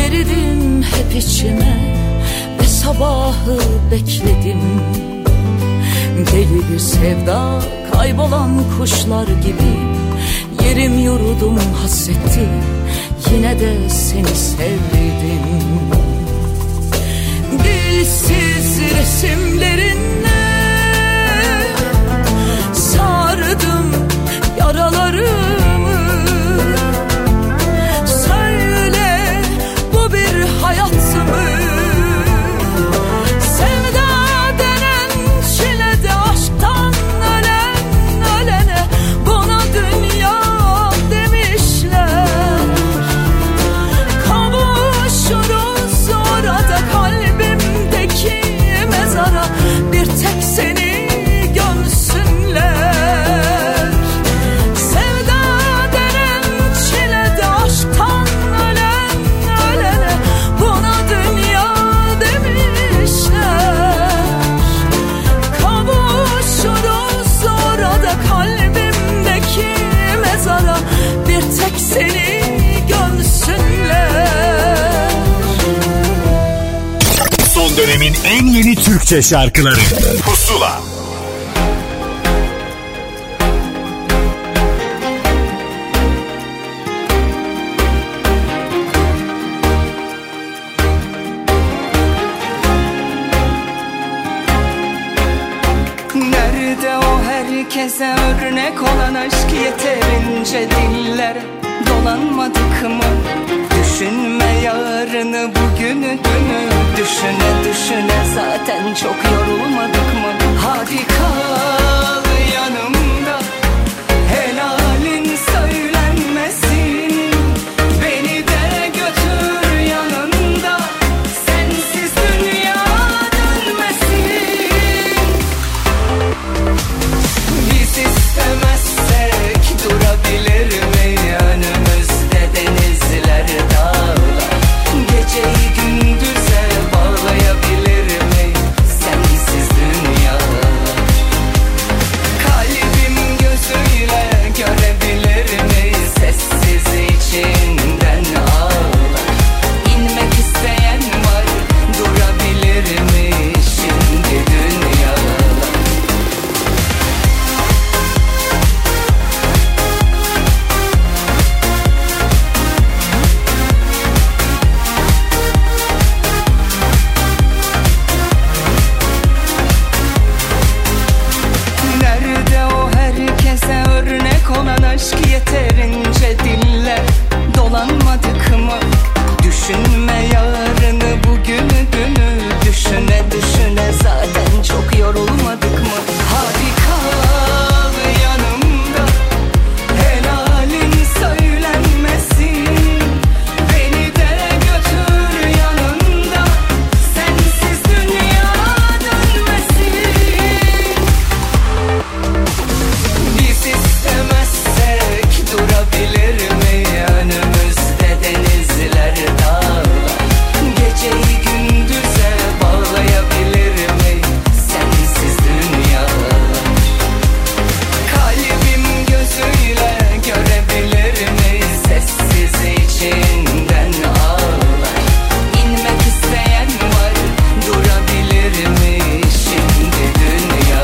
Girdim hep içime ve sabahı bekledim. Deli bir sevda, kaybolan kuşlar gibi. Yerim yurdum hasretti, yine de seni sevdim. Dilsiz resimlerinle sardım yaralarımı. Söyle, bu bir hayat mı? Sevda denen çilede aşktan ölen ölene buna dünya demişler. Kavuşuruz orada kalbimdeki mezara, bir tek seni gömsünler. Sevda denen çilede aşktan ölen ölene buna dünya demişler. Kavuşuruz orada kalbimdeki mezara, bir tek seni gömsünler. Son dönemin en yeni Türkçe şarkıları Pusula. Nerede o herkese örnek olan aşk, yeterince dillere dolanmadık mı? Düşünme yarını, bugünü, dünü, düşüne düşüne zaten çok yorulmadık mı? Hadi kal yanımda, helalin söylenmesin. Beni de götür yanında, sensiz dünya dönmesin. Biz istemezsek durabilir mi önümüzde denizler, dağlar? Geceyi gündüze bağlayabilir mi sensiz dünya? Kalbim gözüyle görebilir mi sessiz içinden ağlar? İnmek isteyen var, durabilir mi şimdi dünya? Nerede o herkese örnek olan aşk, yeterince diller dolanmadık mı? Düşünme yarını, bugünü, dünü, düşüne düşüne zaten çok yorulmadık mı? Hadi kal yanımda, helalin söylenmesin. Beni de götür yanında, sensiz dünya dönmesin. Biz istemezsek durabilir mi önümüzde denizler, dağlar? Geceyi gündüze bağlayabilir mi sensiz dünya? Kalbim gözüyle görebilir mi sessiz içinden ağlar? İnmek isteyen var, durabilir mi şimdi dünya?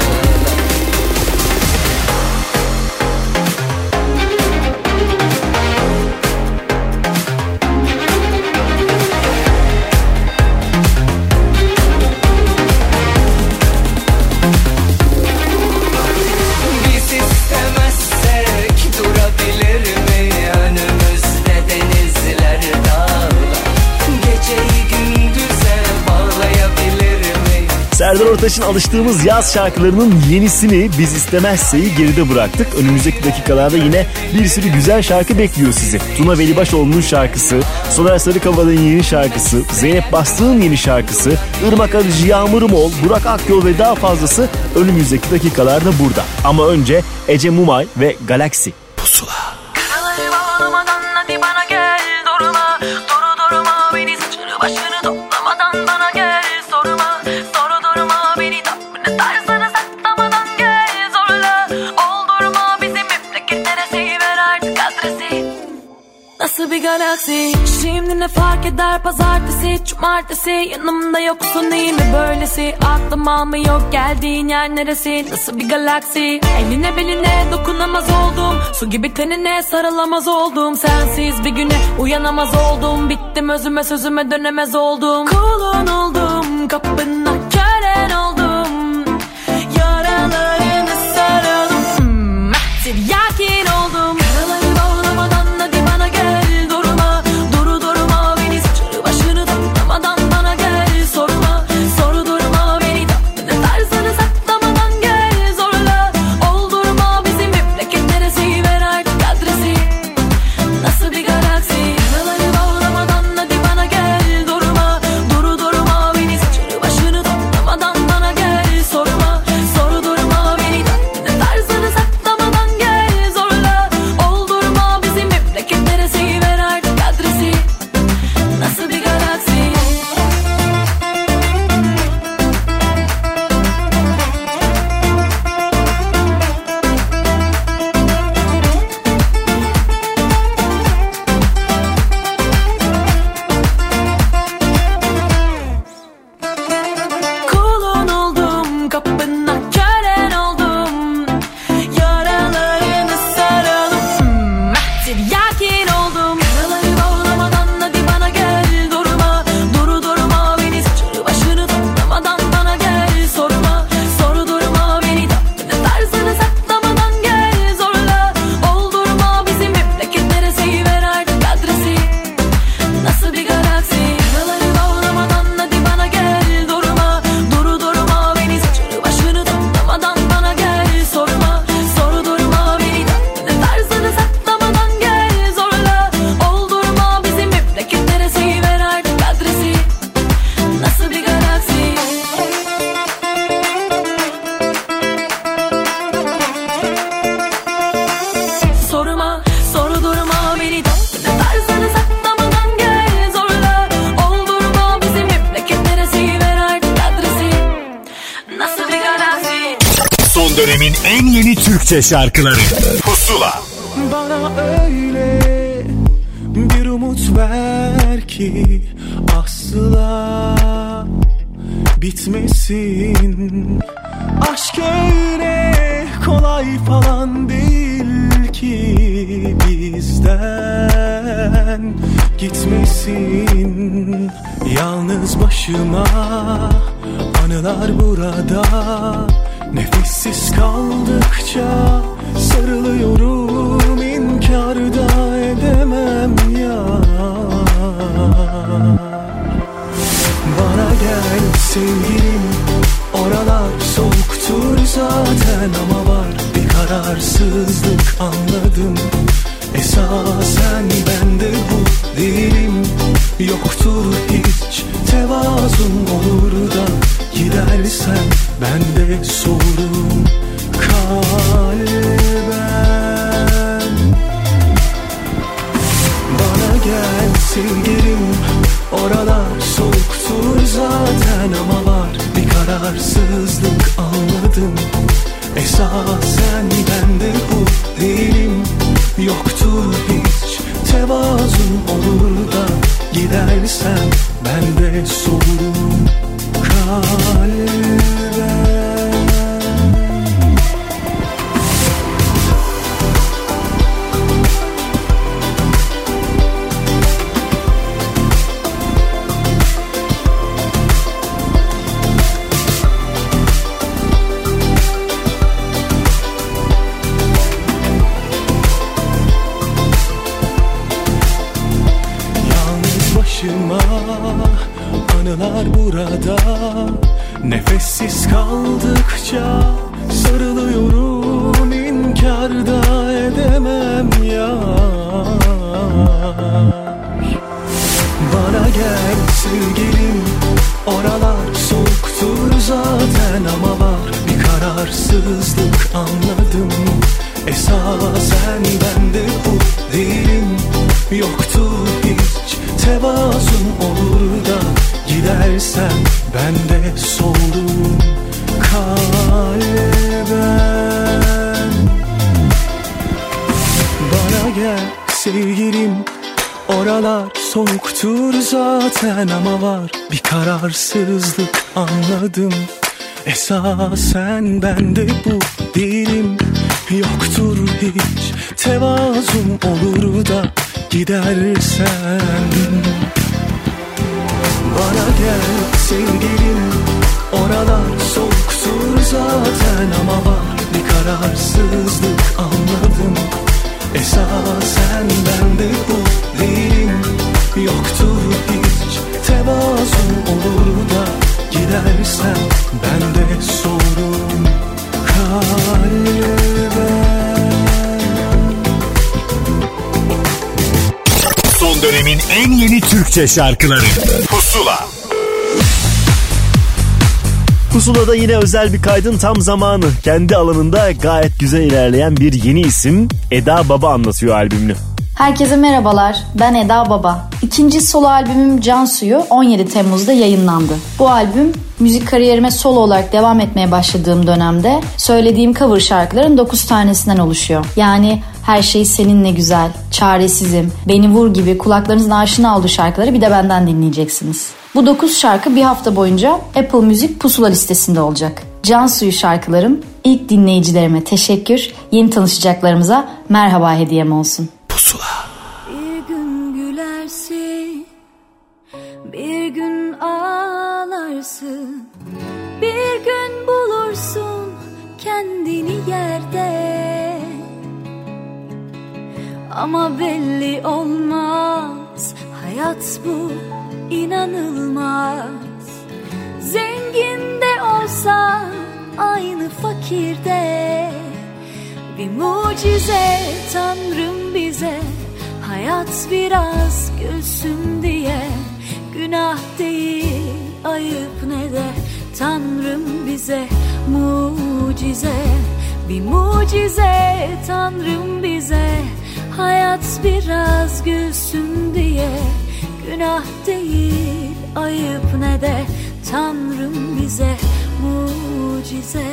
Biz istemezsek durabilir mi önümüzde denizler, dağlar? Geceyi gündüze bağlayabilir mi? Serdar Ortaç'ın alıştığımız yaz şarkılarının yenisini Biz İstemezse'yi geride bıraktık. Önümüzdeki dakikalarda yine bir sürü güzel şarkı bekliyor sizi. Tuna Velibaşoğlu'nun şarkısı, Soner Sarıkabadayı'nın yeni şarkısı, Zeynep Bastık'ın yeni şarkısı, Irmak Arıcı, Yağmurum Ol, Burak Akyol ve daha fazlası önümüzdeki dakikalarda burada. Ama önce Ece Mumay ve Galaxy. Pusula. Karaları bağlamadan hadi bana gel, durma, durma beni, saçını başını toplamadan bana gel, sorma, durma beni, tavrını tarzını saklamadan gel, zorla, oldurma bizi, memleket neresi, ver artık adresi. Nasıl bir galaksi, şimdi günü ne fark eder? Pazartesi, cumartesi, yanımda yoksun iyi mi böylesi? Aklım almıyor, geldiğin yer neresi? Nasıl bir galaksi? Eline beline dokunamaz oldum, su gibi tenine sarılamaz oldum. Sensiz bir güne uyanamaz oldum, bittim özüme sözüme dönemez oldum. Kulun oldum, kapına kölen oldum, yaralarını saralım, tiryakin oldum. Yaraları bağlamadan hadi bana gel, durma, durma beni, saçını başını toplamadan bana gel. Sorma, durma beni, tatlını tarzını saklamadan gel. Zorla, oldurma bizi, memleket neresi, ver artık adresi. Nasıl bir galaksi? Yaraları bağlamadan hadi bana gel, durma, durma beni, saçını başını toplamadan bana gel. Sorma, durma beni, tatlını tarzını saklamadan gel. Zorla, oldurma bizi, memleket neresi, ver artık adresi. Nasıl bir galaksi? Kulun oldum, kapına kölen oldum, yaralarını saralım, tiryakin oldum. Yaraları bağlamadan hadi bana gel, durma, durma beni, saçını başını toplamadan bana gel. Sorma, durma beni, tatlını tarzını saklamadan gel. Zorla, oldurma bizi, memleket neresi, ver artık adresi. Nasıl bir galaksi? Yaraları bağlamadan hadi bana gel, durma, durma beni, saçını başını toplamadan bana gel. Sorma, durma beni, tatlını tarzını saklamadan gel. Zorla, oldurma bizi, memleket neresi, ver artık adresi. Nasıl bir galaksi? Sorma, durma beni, tatlını tarzını saklamadan gel. Zorla, oldurma bizi, memleket neresi, ver artık adresi. Nasıl bir galaksi? Son dönemin en yeni Türkçe şarkıları Pusula. Bana öyle bir umut ver ki asla bitmesin. Aşk öyle kolay falan değil ki bizden gitmesin. Yalnız başıma anılar burada, nefessiz kaldıkça sarılıyorum, inkar da edemem ya. Bana gel sevgilim, oralar soğuktur zaten ama var bir kararsızlık anladım. Esasen ben de bu değilim, yoktur hiç tevazun, olur da gidersen ben de soğurum kalben. Bana gel sevgilim, oralar soğuktur zaten ama var bir kararsızlık anladım. Esasen ben de bu değilim, yoktur hiç tevazun, olur da gidersen ben de soğurum kalben. Anılar burada, nefessiz kaldıkça sarılıyorum, inkar da edemem ya. Bana gel sevgilim, oralar soğuktur zaten ama var bir kararsızlık anladım. Esasen ben de bu değilim, yoktur hiç tevazun, olur da gidersen ben de soğudum kalben. Bana gel sevgilim, Oralar soğuktur zaten ama var bir kararsızlık anladım. Esasen bende bu değilim, yoktur hiç tevazum, olur da gidersen. Bana gel sevgilim, oralar soğuktur zaten ama var bir kararsızlık anladım. Esasen bende bu değilim, yoktur hiç tevazum, olur da gidersen bende sorun kalbe. Son dönemin en yeni Türkçe şarkıları Pusula. Pusula'da yine özel bir kaydın tam zamanı. Kendi alanında gayet güzel ilerleyen bir yeni isim Eda Baba anlatıyor albümünü. Herkese merhabalar, ben Eda Baba. İkinci solo albümüm Cansu'yu 17 Temmuz'da yayınlandı. Bu albüm müzik kariyerime solo olarak devam etmeye başladığım dönemde söylediğim cover şarkıların 9 tanesinden oluşuyor. Yani Her Şey Seninle Güzel, Çaresizim, Beni Vur gibi kulaklarınızın aşina olduğu şarkıları bir de benden dinleyeceksiniz. Bu 9 şarkı bir hafta boyunca Apple Music Pusula listesinde olacak. Cansu'yu şarkılarım ilk dinleyicilerime teşekkür, yeni tanışacaklarımıza merhaba hediyem olsun. Pusula. Bir gün gülersin, bir gün ağlarsın, bir gün bulursun kendini yerde. Ama belli olmaz, hayat bu inanılmaz. Zengin de olsa aynı fakirde. Bir mucize Tanrım bize, hayat biraz gülsün diye. Günah değil, ayıp ne de Tanrım bize mucize. Bir mucize Tanrım bize, hayat biraz gülsün diye. Günah değil, ayıp ne de Tanrım bize mucize.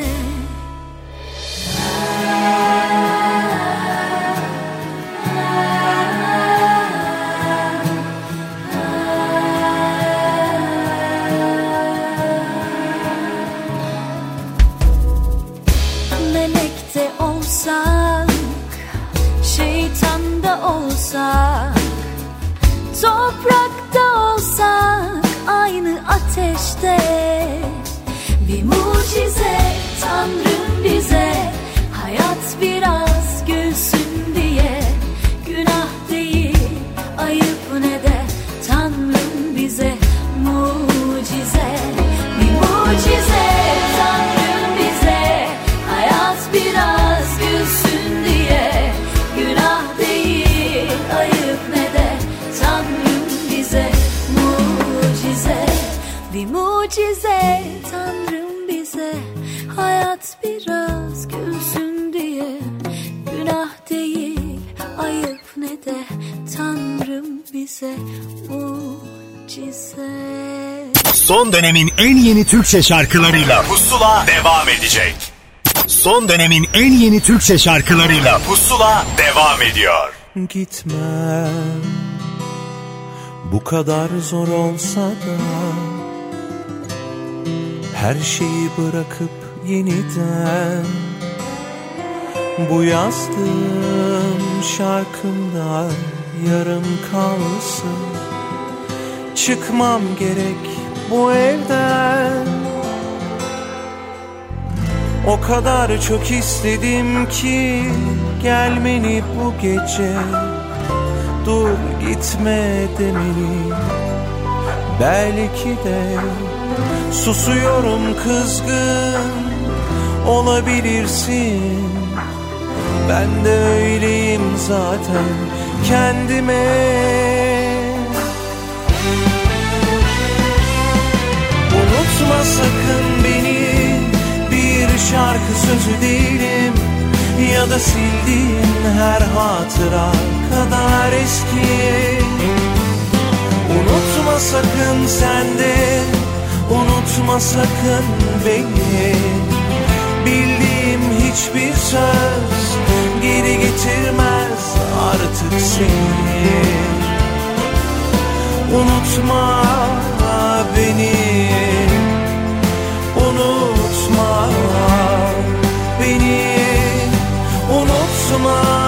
Melek de olsak, şeytan da olsak, toprakta olsak, aynı ateşte. Bir mucize Tanrım bize, hayat biraz gülsün diye. Günah değil, ayıp ne de Tanrım bize mucize. Bir mucize Tanrım bize, hayat biraz gülsün diye. Günah değil, ayıp ne de Tanrım bize mucize. Bir mucize Tanrım bize, hayat biraz gülsün diye. Günah değil, ayıp ne de Tanrım bize mucize. Son dönemin en yeni Türkçe şarkılarıyla Pusula devam edecek. Son dönemin en yeni Türkçe şarkılarıyla Pusula devam ediyor. Gitmem, bu kadar zor olsa da her şeyi bırakıp yeniden bu yazdığım şarkımda yarım kalsın. Çıkmam gerek bu evden. O kadar çok istedim ki gelmeni bu gece. Dur gitme demeni, belki de susuyorum, kızgın olabilirsin. Ben de öyleyim zaten kendime. Unutma sakın beni, bir şarkı sözü değilim. Ya da sildiğin her hatıra kadar eski. Unutma sakın sen de, unutma sakın beni. Bildiğim hiçbir söz geri getirmez artık seni. Unutma beni, unutma beni, unutma.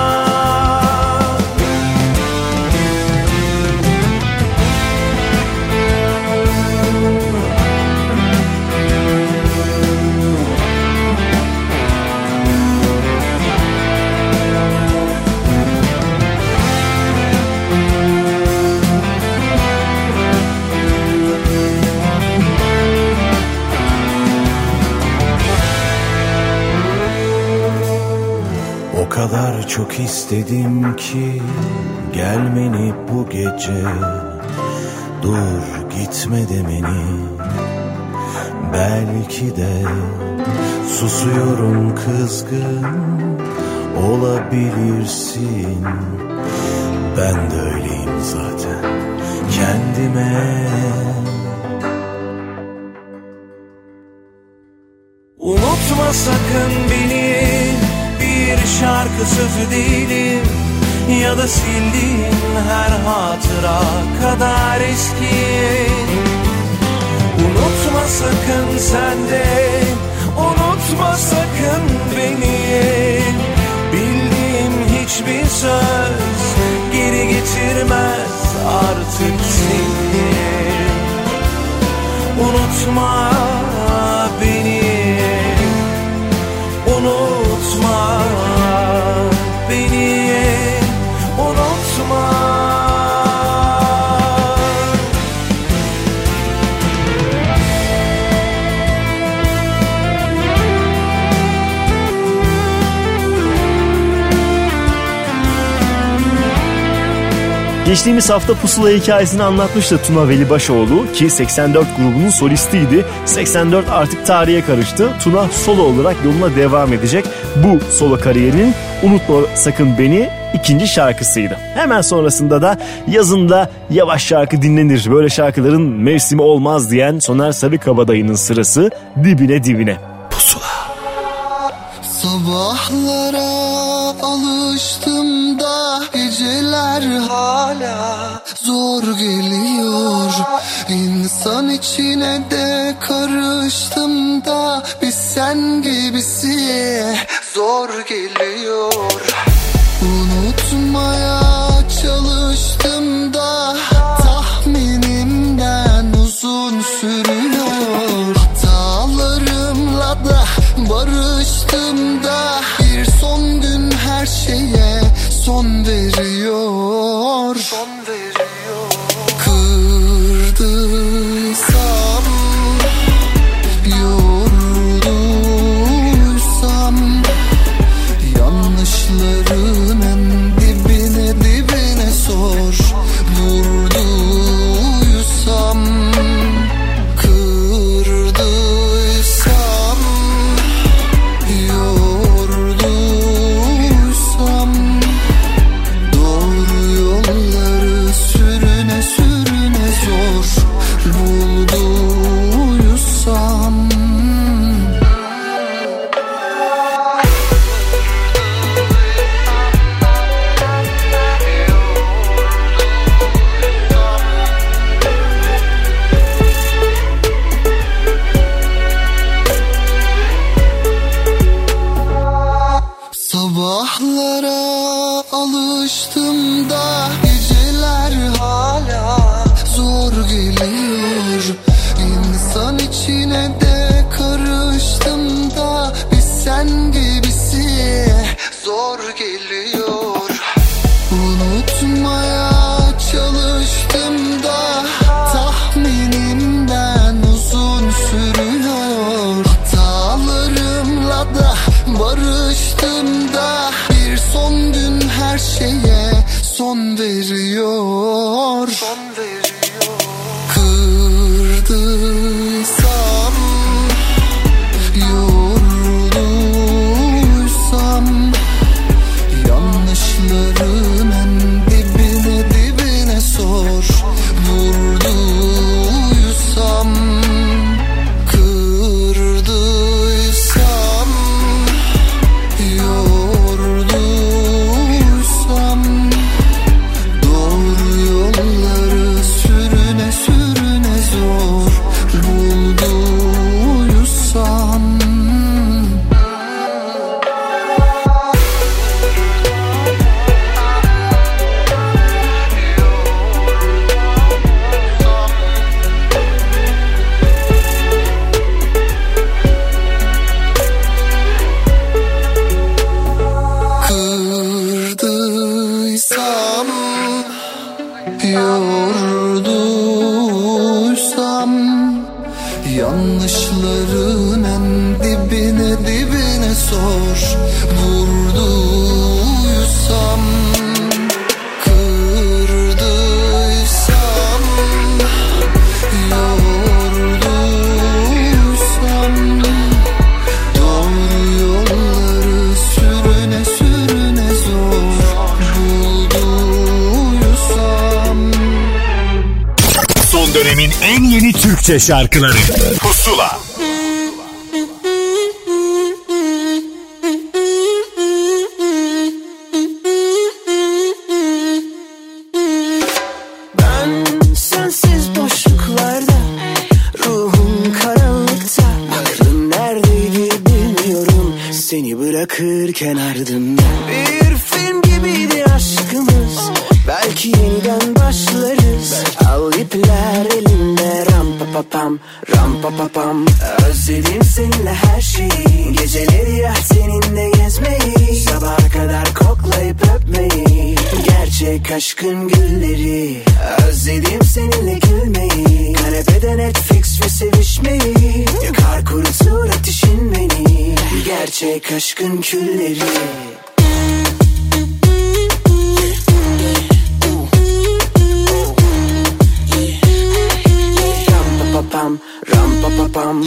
O kadar çok istedim ki gelmeni bu gece. Dur gitme demeni. Belki de susuyorum, kızgın olabilirsin. Ben de öyleyim zaten kendime. Unutma sakın beni, bir şarkı sözü değilim, ya da sildiğin her hatıra kadar eski. Unutma sakın sen de, unutma sakın beni. Bildiğim hiçbir söz geri getirmez artık seni. Unutma beni, unutma beni, unutma. Geçtiğimiz hafta Pusula hikayesini anlatmıştı Tuna Velibaşoğlu ki 84 grubunun solistiydi. 84 artık tarihe karıştı. Tuna solo olarak yoluna devam edecek. Bu solo kariyerinin Unutma Sakın Beni ikinci şarkısıydı. Hemen sonrasında da yazında yavaş şarkı dinlenir, böyle şarkıların mevsimi olmaz diyen Soner Sarıkabadayı'nın sırası Dibine Dibine. Pusula. Sabahlara alıştım da geceler hala zor geliyor. İnsan içine de karıştım da bir sen gibisi zor geliyor. Unutmaya çalıştım da tahminimden uzun sürüyor. Hatalarımla da barıştım da bir son gün her şeye son veriyor. Kırdıysam, yorduysam, yanlışların en dibine dibine sor. Vurduysam, kırdıysam, yorduysam, doğru yolları sürüne sürüne zor bulduysam. Sabahlara alıştım da geceler hala zor geliyor. İnsan içine de karıştım da bir sen gibisi zor geliyor. Unutmaya çalıştım da tahminimden uzun sürüyor. Hatalarımla da barıştım da bir son gün her şeye son veriyor. Kırdıysam, yorduysam, yanlışların en dibine dibine sor. Vurduysam, kırdıysam, yorduysam, doğru yolları yanlışların en dibine dibine sor. Vurduysam, kırdıysam, yorduysam, doğru yolları sürüne sürüne zor bulduysam. Son dönemin en yeni Türkçe şarkıları Pusula. Ben sensiz boşluklarda, ruhum karanlıkta, aklım neredeydi bilmiyorum, seni bırakırken ardımda. Bir film gibiydi aşkımız, belki yeniden başlarız. Al ipler elimde, ram pa pa pam, ram pa pa pam. Özledim seninle her şeyi, geceleri ya seninle gezmeyi, sabaha kadar koklayıp öpmeyi, gerçek aşkın gülleri. Özledim seninle gülmeyi, kanepede Netflix ve sevişmeyi, yakar kurutur ateşin beni, gerçek aşkın külleri. Pam, ram pa pa pam.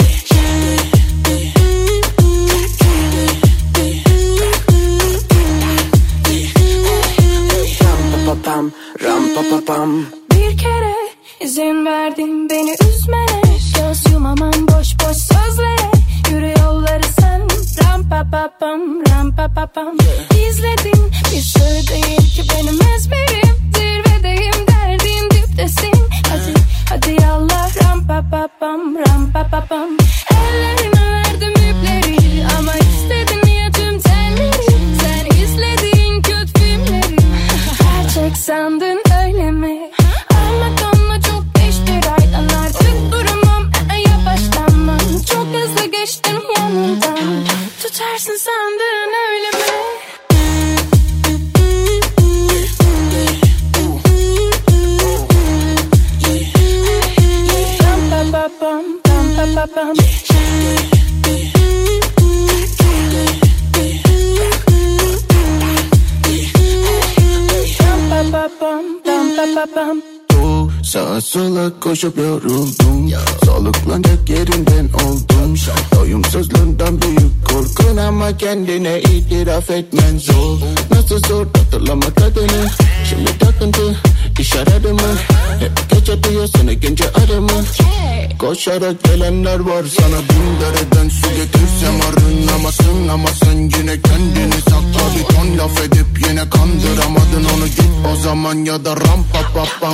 Ram pa pa pam, ram pa pa pam. Bir kere izin verdin beni üzmene, göz yumamam boş boş sözlere, yürü yolları sen, ram pa pa pam, ram pa pa pam. İzledin bir şey değil ki benim ezberim, zirvedeyim derdin diptesin, hadi hadi yallah, ram pa pa pam, ram pa pa pam. Ellerine verdim ipleri ama istedin ya tüm telleri, sen izlediğin kötü filmleri, gerçek sandın öyle mi? Anlatamla çok geçti raydan, artık duramam, yavaşlanmam, çok hızlı geçtim yanından, tutarsın sandın öyle mi? Ram pa pa pam, ram pa pa pam. Ram pa pa pam, ram pa pa pam. Sağa sola koşup yoruldum, soluklanacak yerinden oldum. Doyumsuzluğundan büyük korkun ama kendine itiraf etmen zor. Nasıl zor hatırlamak adını, şimdi takıntı iş aradı mı? Hep gece diyorsun ikinci arımı, koşarak gelenler var sana. Bin dereden su getirsem arınamazsın ama sen yine kendini sakla. Bir ton laf edip yine kandıramadın onu, git o zaman ya da ram pa pa pa.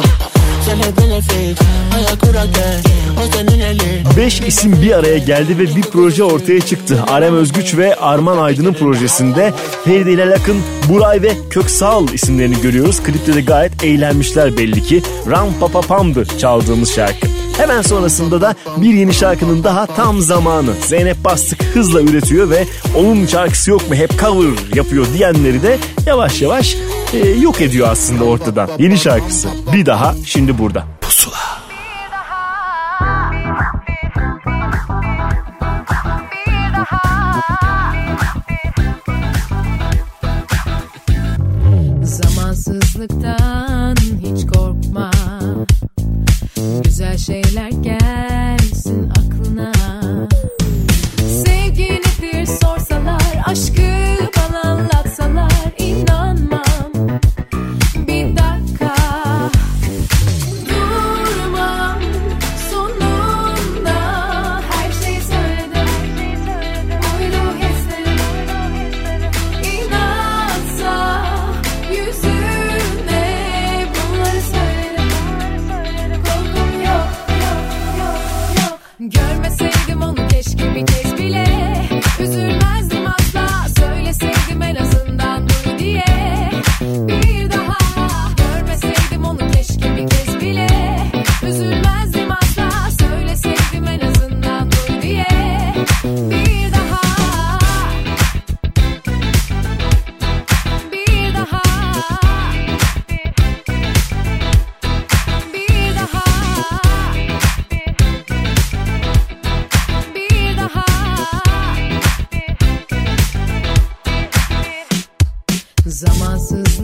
5 isim bir araya geldi ve bir proje ortaya çıktı. Arem Özgüç ve Arman Aydın'ın projesinde Feride ile Akın, Buray ve Köksal isimlerini görüyoruz. Klipte de gayet eğlenmişler belli ki. Ram pa pa pam'dı çaldığımız şarkı. Hemen sonrasında da bir yeni şarkının daha tam zamanı. Zeynep Bastık hızla üretiyor ve onun şarkısı yok mu, hep cover yapıyor diyenleri de yavaş yavaş yok ediyor aslında ortadan. Yeni şarkısı Bir Daha şimdi burada. Pusula. Zamansızlıktan hiç korkma, güzel şeyler gelsin aklına. Sevgi nedir sorsalar, aşkı bana anlatsalar, inanmam. Bir dakika durmam, sonunda her şeyi söyledim. Uydu hislerim, inatsa yüzüne bunları söylerim. Korkum yok, yok, yok, yok. Görmeseydim onu keşke bir kez bile, üzülmezdim asla.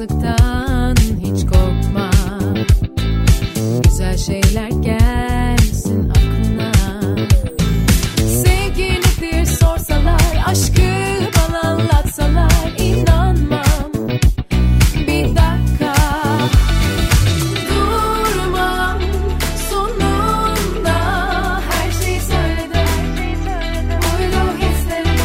yalnızlıktan hiç korkma. Güzel şeyler gelsin aklına. Sevgini bir sorsalar, aşkı bana anlatsalar, inanmam. Bir dakika durmam, sonunda her şeyi söyledim. Buydu hislerim,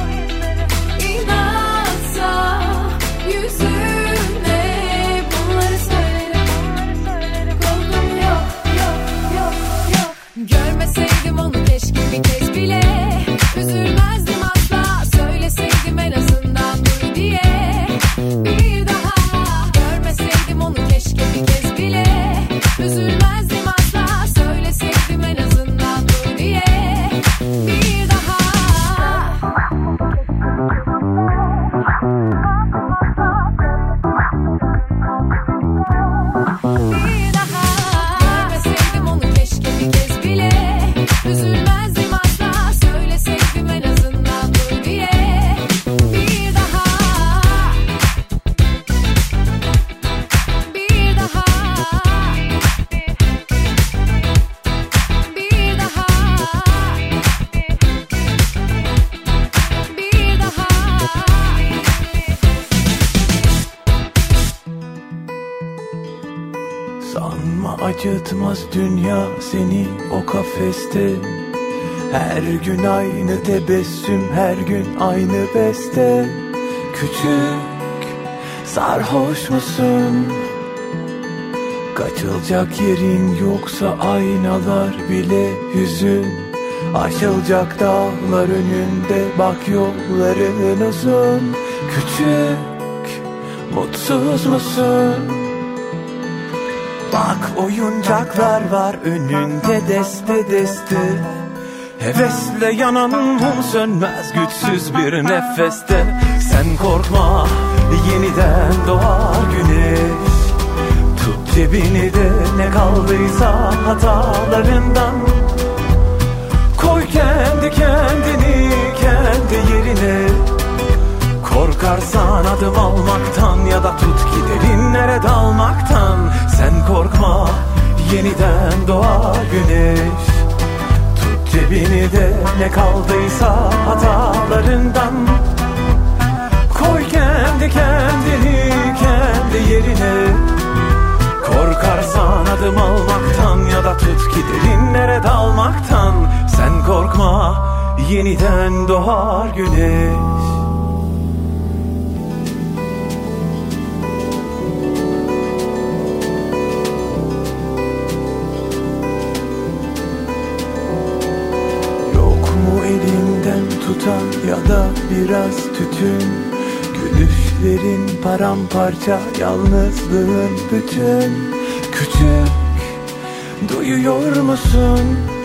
inatsa yüzüne bunları söylerim. Korkum yok, yok, yok, yok. Görmeseydim onu keşke bir kez bile, üzülmezdim asla. Söyleseydim en azından duy diye. Bir daha görmeseydim onu keşke bir kez bile, üzülmezdim asla. Söyleseydim en azından duy diye. Bir daha. Bir daha görmeseydim onu keşke bir kez bile, üzülmezdim asla. Söyleseydim en azından duy diye. Bir daha. Bir daha. Bir daha. Bir daha. Sanma acıtmaz dünya seni o kafeste. Her gün aynı tebessüm, her gün aynı beste. Küçük, sarhoş musun? Kaçılacak yerin yoksa aynalar bile hüzün. Aşılacak dağlar önünde, bak yolların uzun. Küçük, mutsuz musun? Bak oyuncaklar var önünde deste deste. Hevesle yanan mum sönmez güçsüz bir nefeste. Sen korkma, yeniden doğar güneş. Tut cebini de ne kaldıysa hatalarından. Koy kendi kendini kendi yerine. Korkarsan adım almaktan ya da tut ki derinlere dalmaktan. Sen korkma, yeniden doğar güneş. Tut cebini de ne kaldıysa hatalarından. Koy kendi kendini kendi yerine. Korkarsan adım almaktan ya da tut ki derinlere dalmaktan. Sen korkma, yeniden doğar güneş. Tutan ya da biraz tütün. Gülüşlerin paramparça, yalnızlığın bütün. Küçük, duyuyor musun?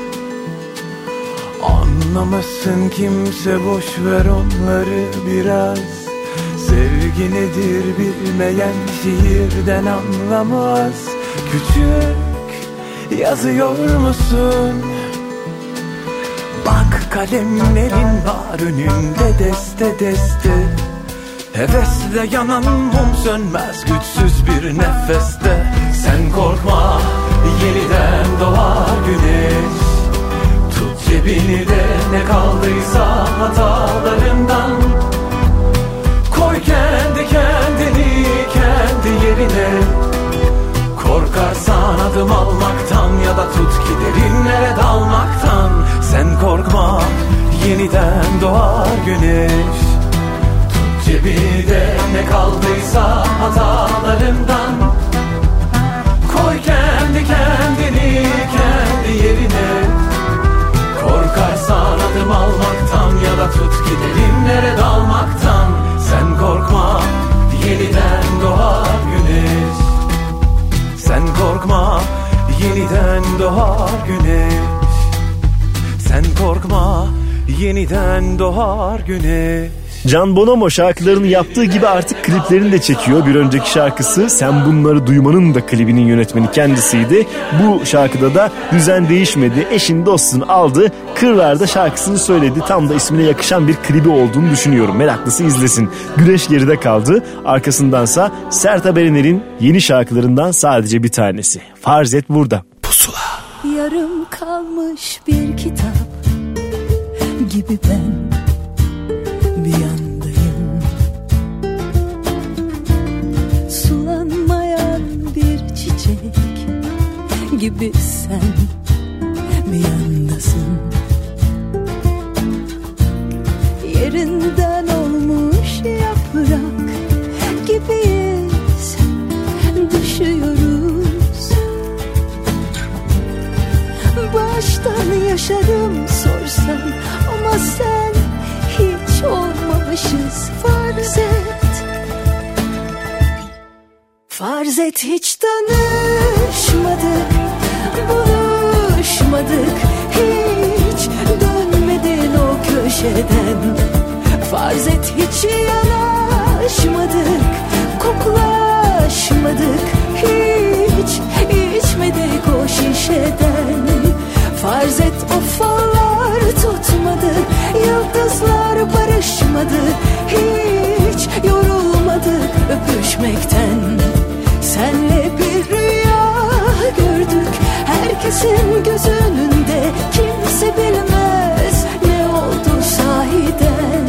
Anlamasın kimse, boş ver onları biraz. Sevgi nedir bilmeyen şiirden anlamaz. Küçük, yazıyor musun? Bak kalemlerin var önünde deste deste. Hevesle yanan mum sönmez güçsüz bir nefeste. Sen korkma, yeniden doğar güneş. Tut cebini de ne kaldıysa hatalarından. Koy kendi kendini kendi yerine. Korkarsan adım almaktan ya da tut ki derinlere dalmaktan. Sen korkma, yeniden doğar güneş. Tut cebini de ne kaldıysa hatalarından. Koy kendi kendini kendi yerine. Korkarsan adım almaktan ya da tut ki derinlere dalmaktan. Sen korkma, yeniden doğar güneş. Sen korkma, yeniden doğar güneş. Sen korkma, yeniden doğar güneş. Can Bonomo şarkılarını yaptığı gibi artık kliplerini de çekiyor. Bir önceki şarkısı Sen Bunları Duymanın da klibinin yönetmeni kendisiydi. Bu şarkıda da düzen değişmedi. Eşini dostunu aldı. Kırlar'da şarkısını söyledi. Tam da ismine yakışan bir klibi olduğunu düşünüyorum. Meraklısı izlesin. Güneş geride kaldı. Arkasındansa Sertab Erener'in yeni şarkılarından sadece bir tanesi. Farz et burada. Pusula. Yarım kalmış bir kitap gibi ben bir yandayım. Sulanmayan bir çiçek gibi sen bir yandasın. Yerinden olmuş yaprak gibiyiz, düşüyoruz. Baştan yaşarım sorsan ama sen hiç olmamışız. Farz et, farz et hiç tanışmadık, buluşmadık, hiç dönmedin o köşeden. Farz et hiç yanaşmadık, koklaşmadık, hiç içmedik o şişeden. Farz et o fallar tutmadı, yıldızlar barışmadı, hiç yorulmadık öpüşmekten. Senle bir rüya gördük, herkesin göz önünde, kimse bilmez ne oldu sahiden.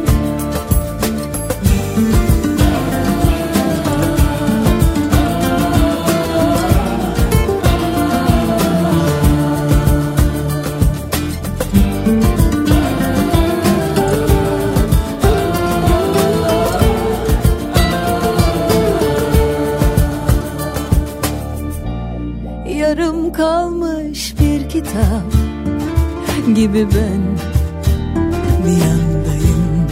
Yarım kalmış bir kitap gibi ben bir yandayım.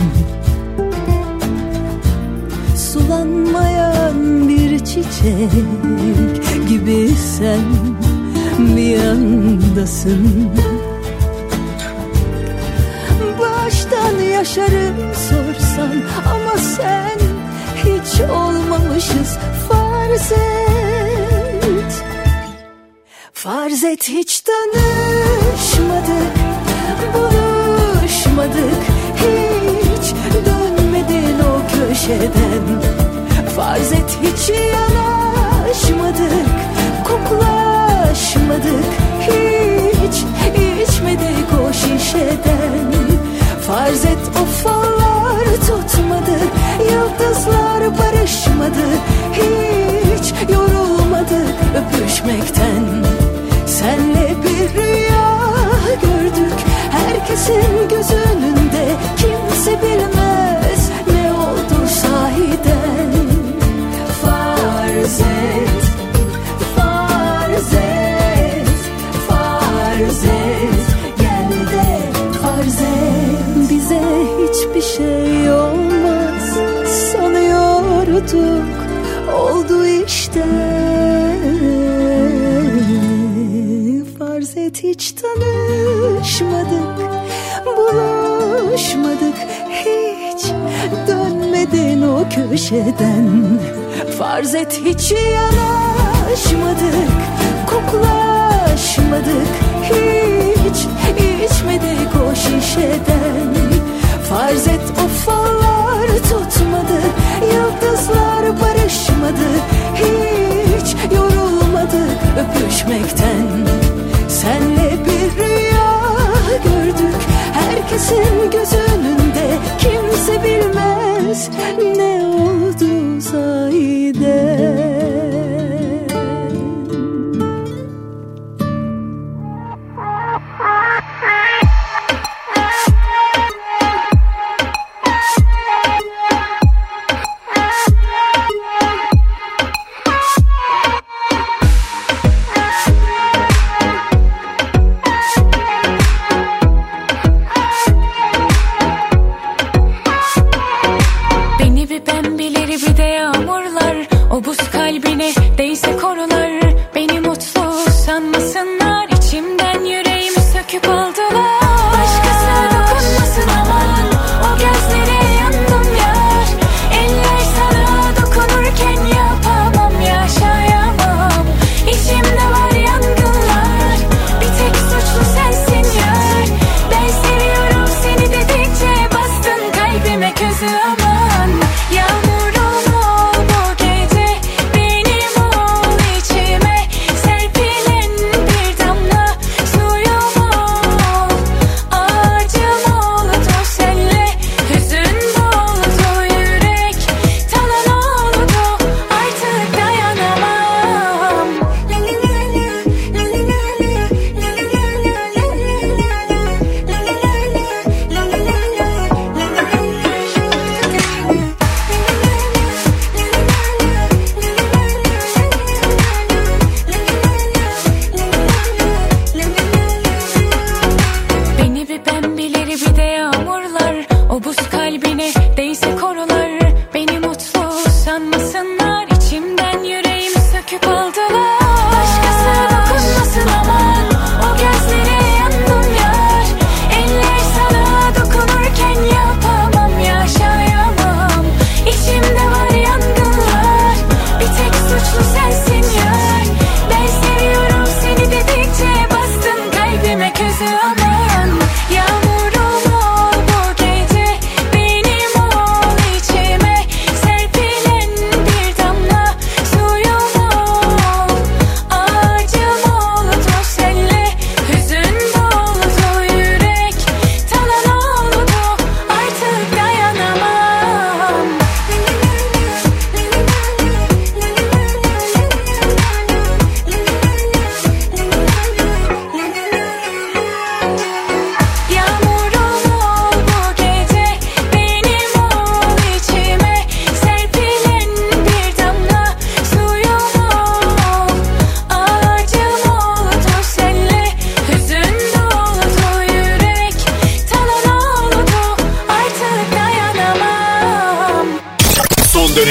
Sulanmayan bir çiçek gibi sen bir yandasın. Baştan yaşarım sorsan ama sen hiç olmamışız. Farz et, farz et hiç tanışmadık, buluşmadık, hiç dönmedin o köşeden. Farz et hiç yanaşmadık, koklaşmadık, hiç içmedik o şişeden. Farz et o fallar tutmadı, yıldızlar barışmadı, hiç yorulmadık öpüşmekten. Senle bir rüya gördük, herkesin göz önünde, kimse bilmez ne oldu sahiden. Farz et, farz et, farz et, gel de farz et. Bize hiçbir şey olmaz sanıyorduk, oldu işte. Farz et hiç tanışmadık, buluşmadık, hiç dönmedin o köşeden. Farz et hiç yanaşmadık, koklaşmadık, hiç içmedik o şişeden. Farz et o fallar tutmadı, yıldızlar barışmadı, hiç yorulmadık öpüşmekten. Senle bir rüya gördük, herkesin göz önünde, kimse bilmez ne oldu sahiden.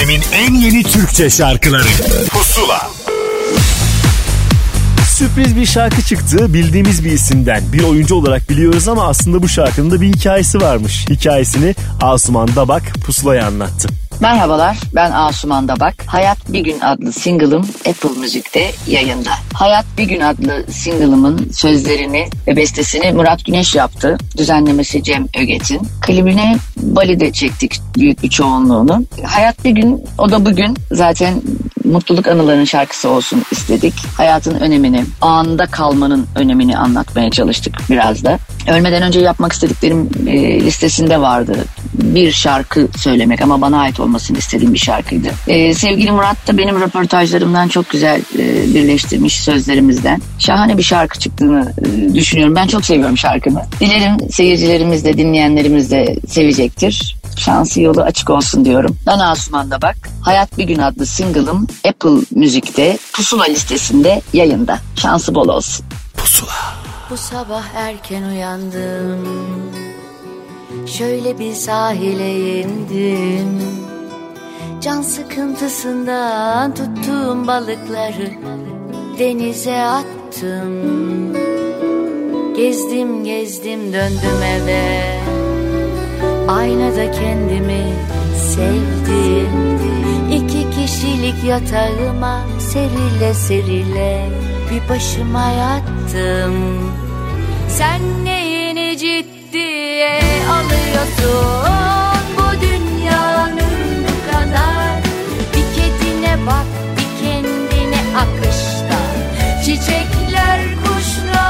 dönemin en yeni Türkçe şarkıları Pusula. Sürpriz bir şarkı çıktı bildiğimiz bir isimden. Bir oyuncu olarak biliyoruz ama aslında bu şarkının da bir hikayesi varmış. Hikayesini Asuman Dabak Pusula'ya anlattı. Merhabalar, ben Asuman Dabak. Hayat Bir Gün adlı single'ım Apple Müzik'te yayında. Hayat Bir Gün adlı single'ımın sözlerini ve bestesini Murat Güneş yaptı. Düzenlemesi Cem Öget'in. Klibini Bali'de çektik büyük bir çoğunluğunu. Hayat Bir Gün, o da bugün. Zaten mutluluk anılarının şarkısı olsun istedik. Hayatın önemini, anında kalmanın önemini anlatmaya çalıştık biraz da. Ölmeden önce yapmak istediklerim listesinde vardı. Bir şarkı söylemek ama bana ait olmasını istediğim bir şarkıydı. Sevgili Murat da benim röportajlarımdan çok güzel birleştirmiş sözlerimizden. Şahane bir şarkı çıktığını düşünüyorum. Ben çok seviyorum şarkını. Dilerim seyircilerimiz de dinleyenlerimiz de sevecektir. Şansı yolu açık olsun diyorum. Ben Asuman Dabak. Hayat Bir Gün adlı single'ım Apple Müzik'te Pusula listesinde yayında. Şansı bol olsun. Pusula. Bu sabah erken uyandım, şöyle bir sahile indim. Can sıkıntısından tuttuğum balıkları denize attım. Gezdim gezdim döndüm eve, aynada kendimi sevdim. 2 kişilik yatağıma serile serile bir başıma yattım. Sen neyini ciddiye alıyorsun bu dünyanın bu kadar? Bir kedine bak, bir kendine akışta, çiçekler, kuşlar.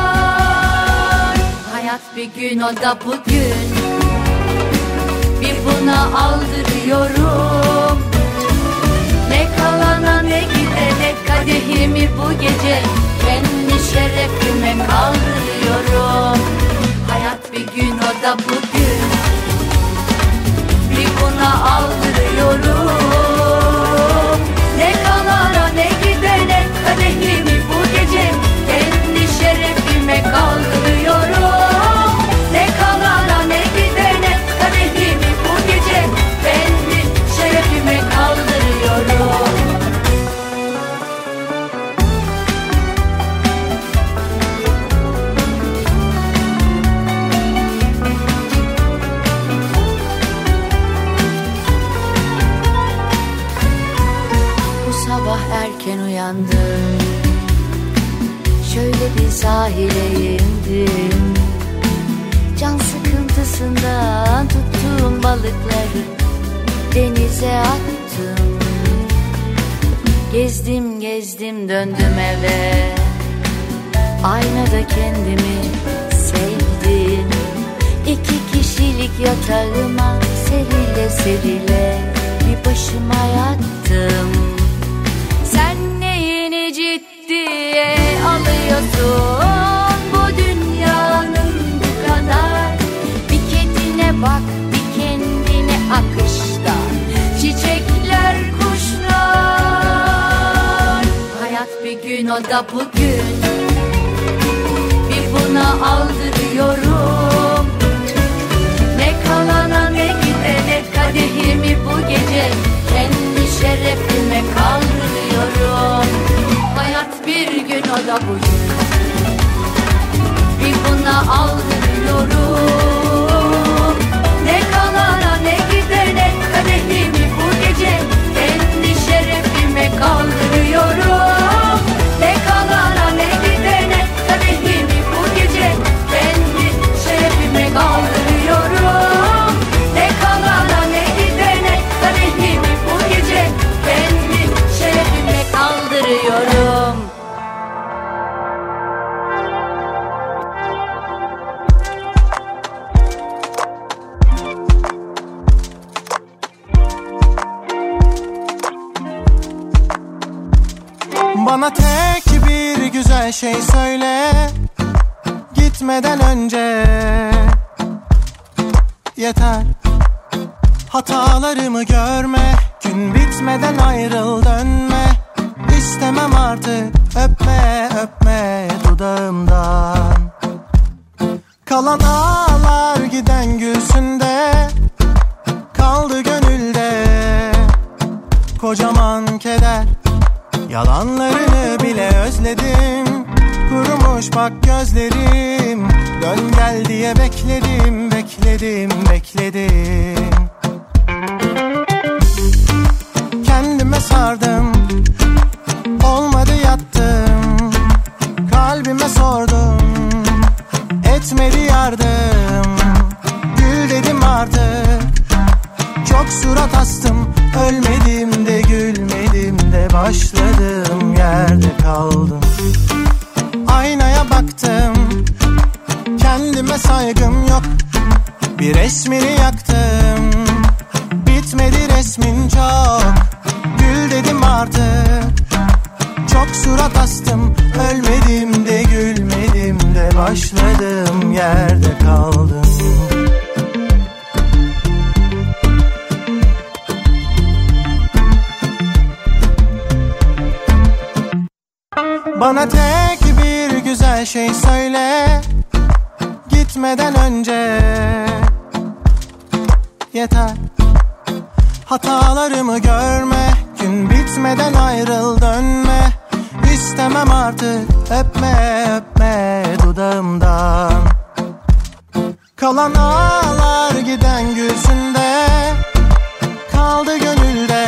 Hayat bir gün, o da bugün. Bir buna aldırıyorum. Ne kalana ne gidene kadehimi bu gece kendi şerefime kaldırıyorum. Hayat bir gün, o da bugün. Bir buna aldırıyorum. Ne kalana ne gidene kadehimi bu gece kendi şerefime kaldırıyorum. Ne kalana ne gidene kadehimi bu gece kendi şerefime kaldırıyorum. Sabah erken uyandım, şöyle bir sahile indim. Can sıkıntısından tuttuğum balıkları denize attım. Gezdim gezdim döndüm eve, aynada kendimi sevdim. 2 kişilik yatağıma serile serile bir başıma yattım. Sen neyini ciddiye alıyorsun bu dünyanın bu kadar? Bir kedine bak, bir kendine akışta, çiçekler, kuşlar. Hayat bir gün, o da bugün. Bir buna aldırıyorum. Ne kalana ne gidene kadehimi bu gece kendi şerefime kaldırıyorum. Hayat bir gün, o da bugün. Bir buna aldırıyorum. Ne kalana ne gidene kadehimi bu gece kendi şerefime kaldırıyorum. Ne kalana ne gidene kadehimi bu gece kendi şerefime kaldırıyorum. Ne kalana ne gidene kadehimi bu gece kendi şerefime kaldırıyorum. Bana tek bir güzel şey söyle gitmeden önce. Yeter hatalarımı görme, gün bitmeden ayrıl dönme. İstemem artık öpme öpme dudağımdan. Kalan ağlar giden gülsün de kaldı gönülde. kocaman keder. Yalanlarını bile özledim. Kurumuş bak gözlerim. Dön gel diye bekledim, bekledim, bekledim. Kendime sardım, olmadı yattım. Kalbime sordum, etmedi yardım. Gül dedim artık, çok surat astım. Ölmedim de gülmedim de başladım yerde kaldım. Aynaya baktım, kendime saygım yok. Bir resmini yaktım, bitmedi resmin çok. Gül dedim artık, çok surat astım. Ölmedim de gülmedim de başladım yerde kaldım. Bana tek bir güzel şey söyle, gitmeden önce. Yeter, hatalarımı görme. Gün bitmeden ayrıl dönme. İstemem artık, öpme öpme dudağımdan. Kalan ağlar giden gülsünde, kaldı gönülde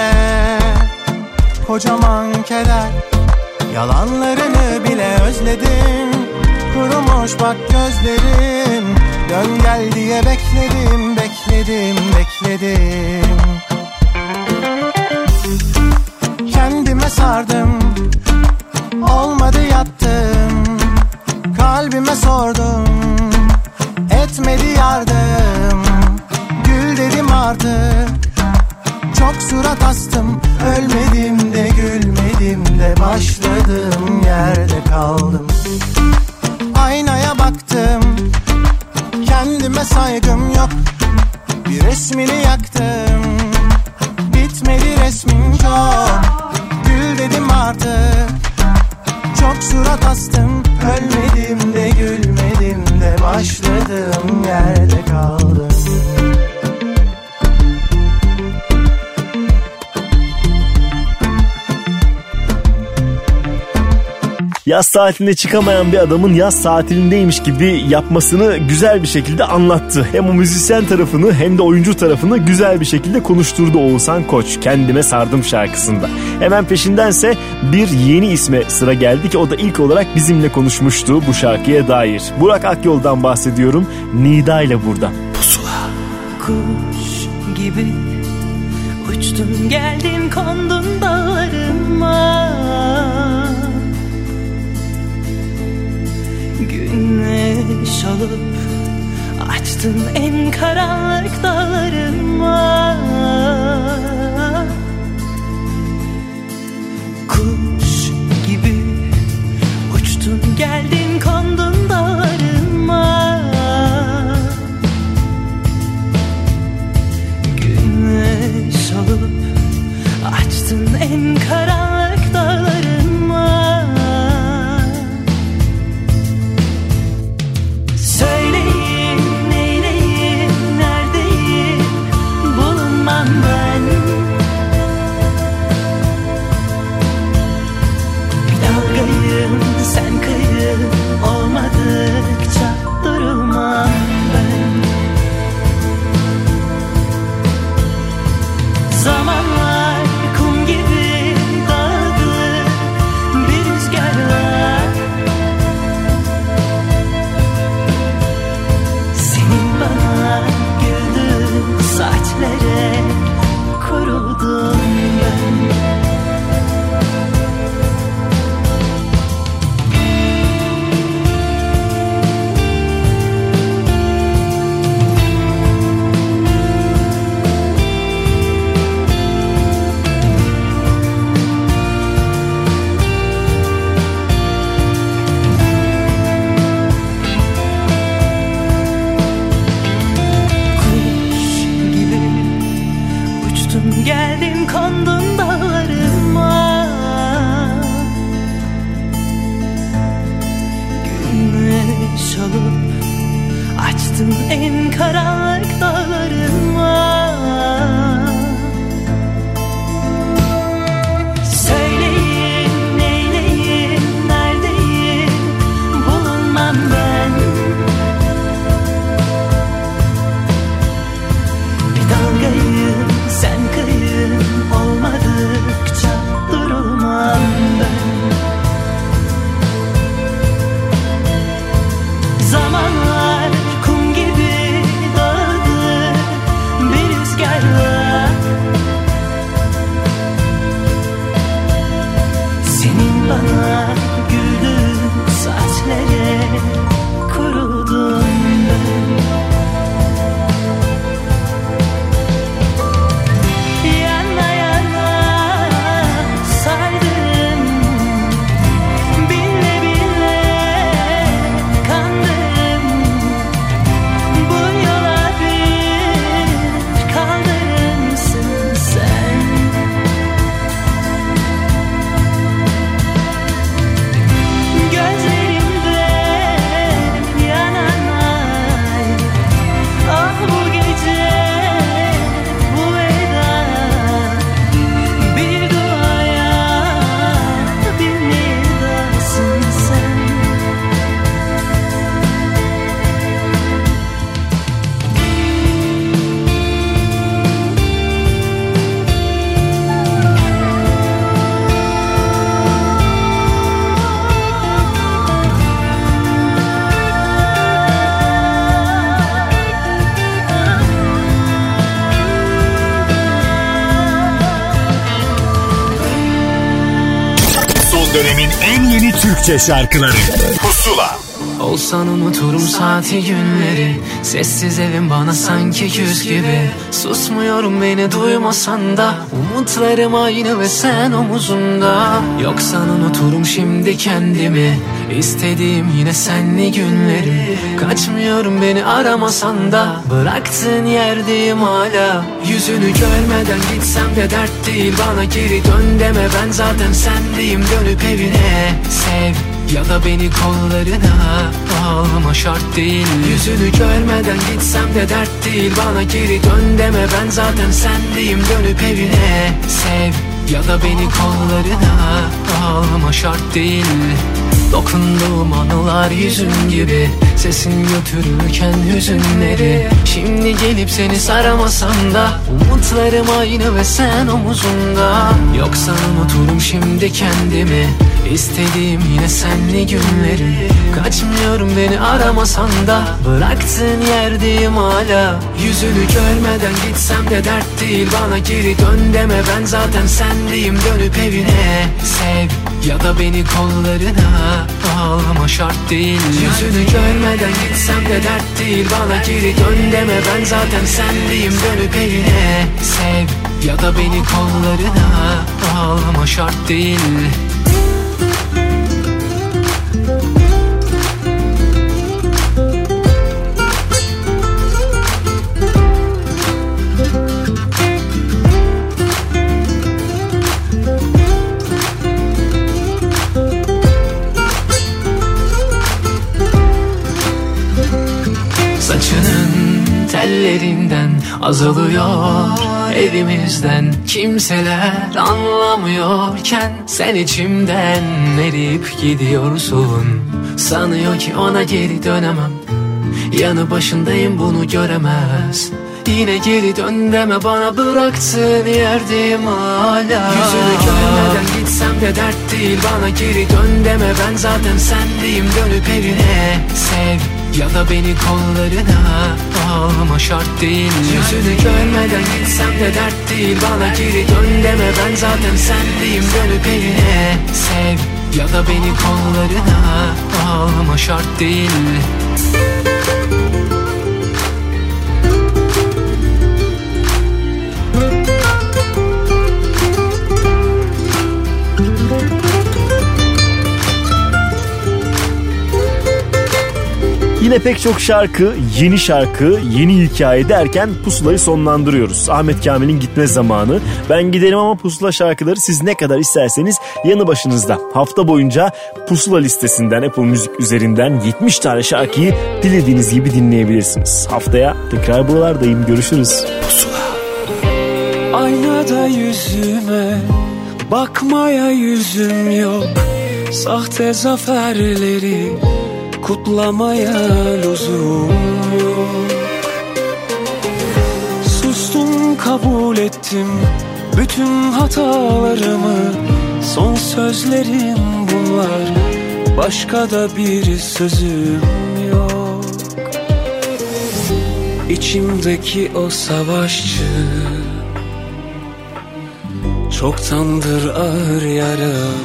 kocaman keder. Yalanlarını bile özledim. Kurumuş bak gözlerim. Dön gel diye bekledim, bekledim, bekledim. Kendime sardım, olmadı yattım. Kalbime sordum, etmedi yardım. Gül dedim artık, çok surat astım. Ölmedim de gülmedim de başladım yerde kaldım. Aynaya baktım, kendime saygım yok. Bir resmini yaktım, bitmedi resmin çok. Gül dedim artık, çok surat astım. Ölmedim de gülmedim de başladım yerde kaldım. Yaz tatiline çıkamayan bir adamın yaz tatilindeymiş gibi yapmasını güzel bir şekilde anlattı. Hem o müzisyen tarafını hem de oyuncu tarafını güzel bir şekilde konuşturdu Oğuzhan Koç Kendime Sardım şarkısında. Hemen peşindense bir yeni isme sıra geldi ki o da ilk olarak bizimle konuşmuştu bu şarkıya dair. Burak Akyol'dan bahsediyorum. Nida ile burada. Pusula. Kuş gibi uçtun geldin kondun dağlarıma. Güneş olup açtın en karanlık dağlarıma. Kuş gibi uçtun geldin kondun dağlarıma. Güneş olup açtın en karanlık dağlarıma. Söyleyin, neyleyim, neredeyim, bulunmam ben. Bir dalgayım, sen kıyım, olmadıkça durulmam ben. Zamanlar kum gibi dağılır bir rüzgarla. Senin bana güldüğün saatlere kuruldum ben. Geldin kondun dağlarıma. Güneş olup açtın en karanlık dağlarıma. dönemin en yeni Türkçe şarkıları Pusula. Olsan unuturum saati günleri, sessiz evim bana sanki küs gibi. Susmuyorum beni duymasan da, umutlarım aynı ve sen omuzumda. Yoksan unuturum şimdi kendimi, İstediğim yine senli günleri. Kaçmıyorum beni aramasan da, bıraktığın yerdeyim hala. Yüzünü görmeden gitsem de dert değil, bana geri dön deme, ben zaten sendeyim. Dönüp evine sev ya da beni kollarına alma, şart değil. Yüzünü görmeden gitsem de dert değil, bana geri dön deme, ben zaten sendeyim. Dönüp evine sev ya da beni kollarına alma, şart değil. Dokunduğum anılar yüzün gibi, sesin götürürken hüzünleri. Şimdi gelip seni saramasam da, umutlarım aynı ve sen omuzumda. Yoksa unuturum şimdi kendimi, İstediğim yine senli günleri. Kaçmıyorum beni aramasan da, bıraktığın yerdeyim hala. Yüzünü görmeden gitsem de dert değil, bana geri dön deme, ben zaten sendeyim. Dönüp evine sev ya da beni kollarına alma, şart değil. Yüzünü görmeden gitsem de dert değil, bana geri dön deme, ben zaten sendeyim. Dönüp evine sev ya da beni kollarına alma, şart değil. Saçının tellerinden azalıyor evimizden, kimseler anlamıyorken sen içimden eriyip gidiyorsun. Sanıyor ki ona geri dönemem, yanı başındayım bunu göremez. Yine geri dön deme, bana bıraktığın yerdeyim hala. Yüzünü görmeden gitsem de dert değil, bana geri dön deme, ben zaten sendeyim. Dönüp evine sev ya da beni kollarına alma, şart değil. Yüzünü görmeden gitsem de dert değil, bana geri dön deme, ben zaten sendeyim. Dönüp evine sev ya da beni kollarına alma, şart değil. Yine pek çok şarkı, yeni hikaye derken Pusula'yı sonlandırıyoruz. Ahmet Kamil'in gitme zamanı. Ben giderim ama Pusula şarkıları siz ne kadar isterseniz yanı başınızda. Hafta boyunca Pusula listesinden, Apple Müzik üzerinden 70 tane şarkıyı dilediğiniz gibi dinleyebilirsiniz. Haftaya tekrar buralardayım. Görüşürüz. Pusula. Aynada yüzüme bakmaya yüzüm yok. Sahte zaferleri kutlamaya lüzum yok. Sustum, kabul ettim bütün hatalarımı. Son sözlerim bunlar, başka da bir sözüm yok. İçimdeki o savaşçı çoktandır ağır yaralı.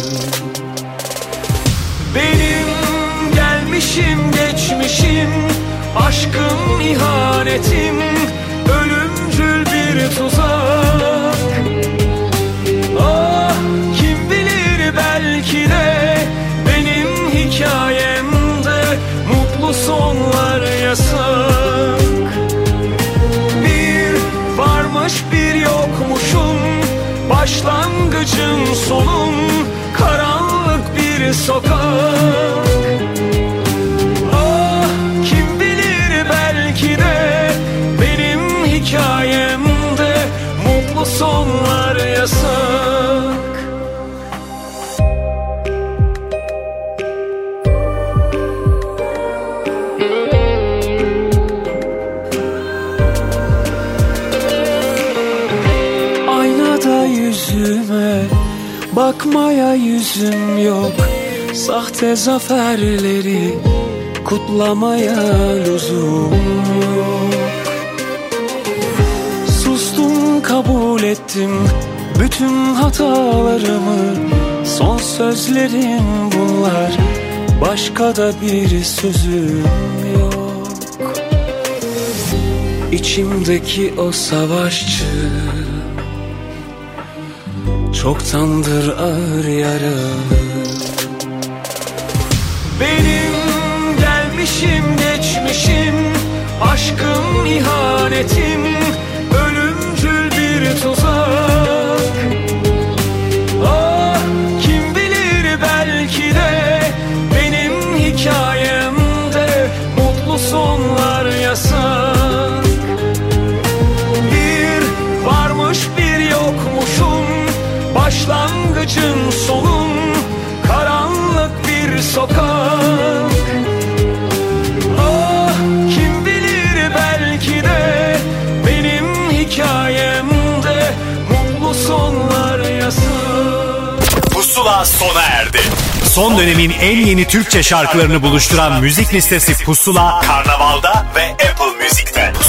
Benim gelmişim geçmişim, aşkım ihanetim, ölümcül bir tuzak. Ah, kim bilir, belki de benim hikayemde mutlu sonlar yasak. Bir varmış bir yokmuşum, başlangıcım sonum, karanlık bir sokak. Ah, kim bilir, belki de benim hikayemde mutlu sonlar yasak. Aynada yüzüme bakmaya yüzüm yok. Sahte zaferleri kutlamaya lüzum yok. Sustum, kabul ettim bütün hatalarımı. Son sözlerim bunlar, başka da bir sözüm yok. İçimdeki o savaşçı çoktandır ağır yaralı. Benim gelmişim geçmişim, aşkım ihanetim, ölümcül bir tuzak. Ah, kim bilir belki de benim hikayemde mutlu sonlar yasak. Bir varmış bir yokmuşum, başlangıcın sonun karanlık bir sokak. Ah, kim bilir belki de benim hikayemde mutlu sonlar yasak. Pusula sona erdi. Son dönemin en yeni Türkçe şarkılarını buluşturan müzik listesi Pusula, Karnaval'da ve Apple Müzik'te.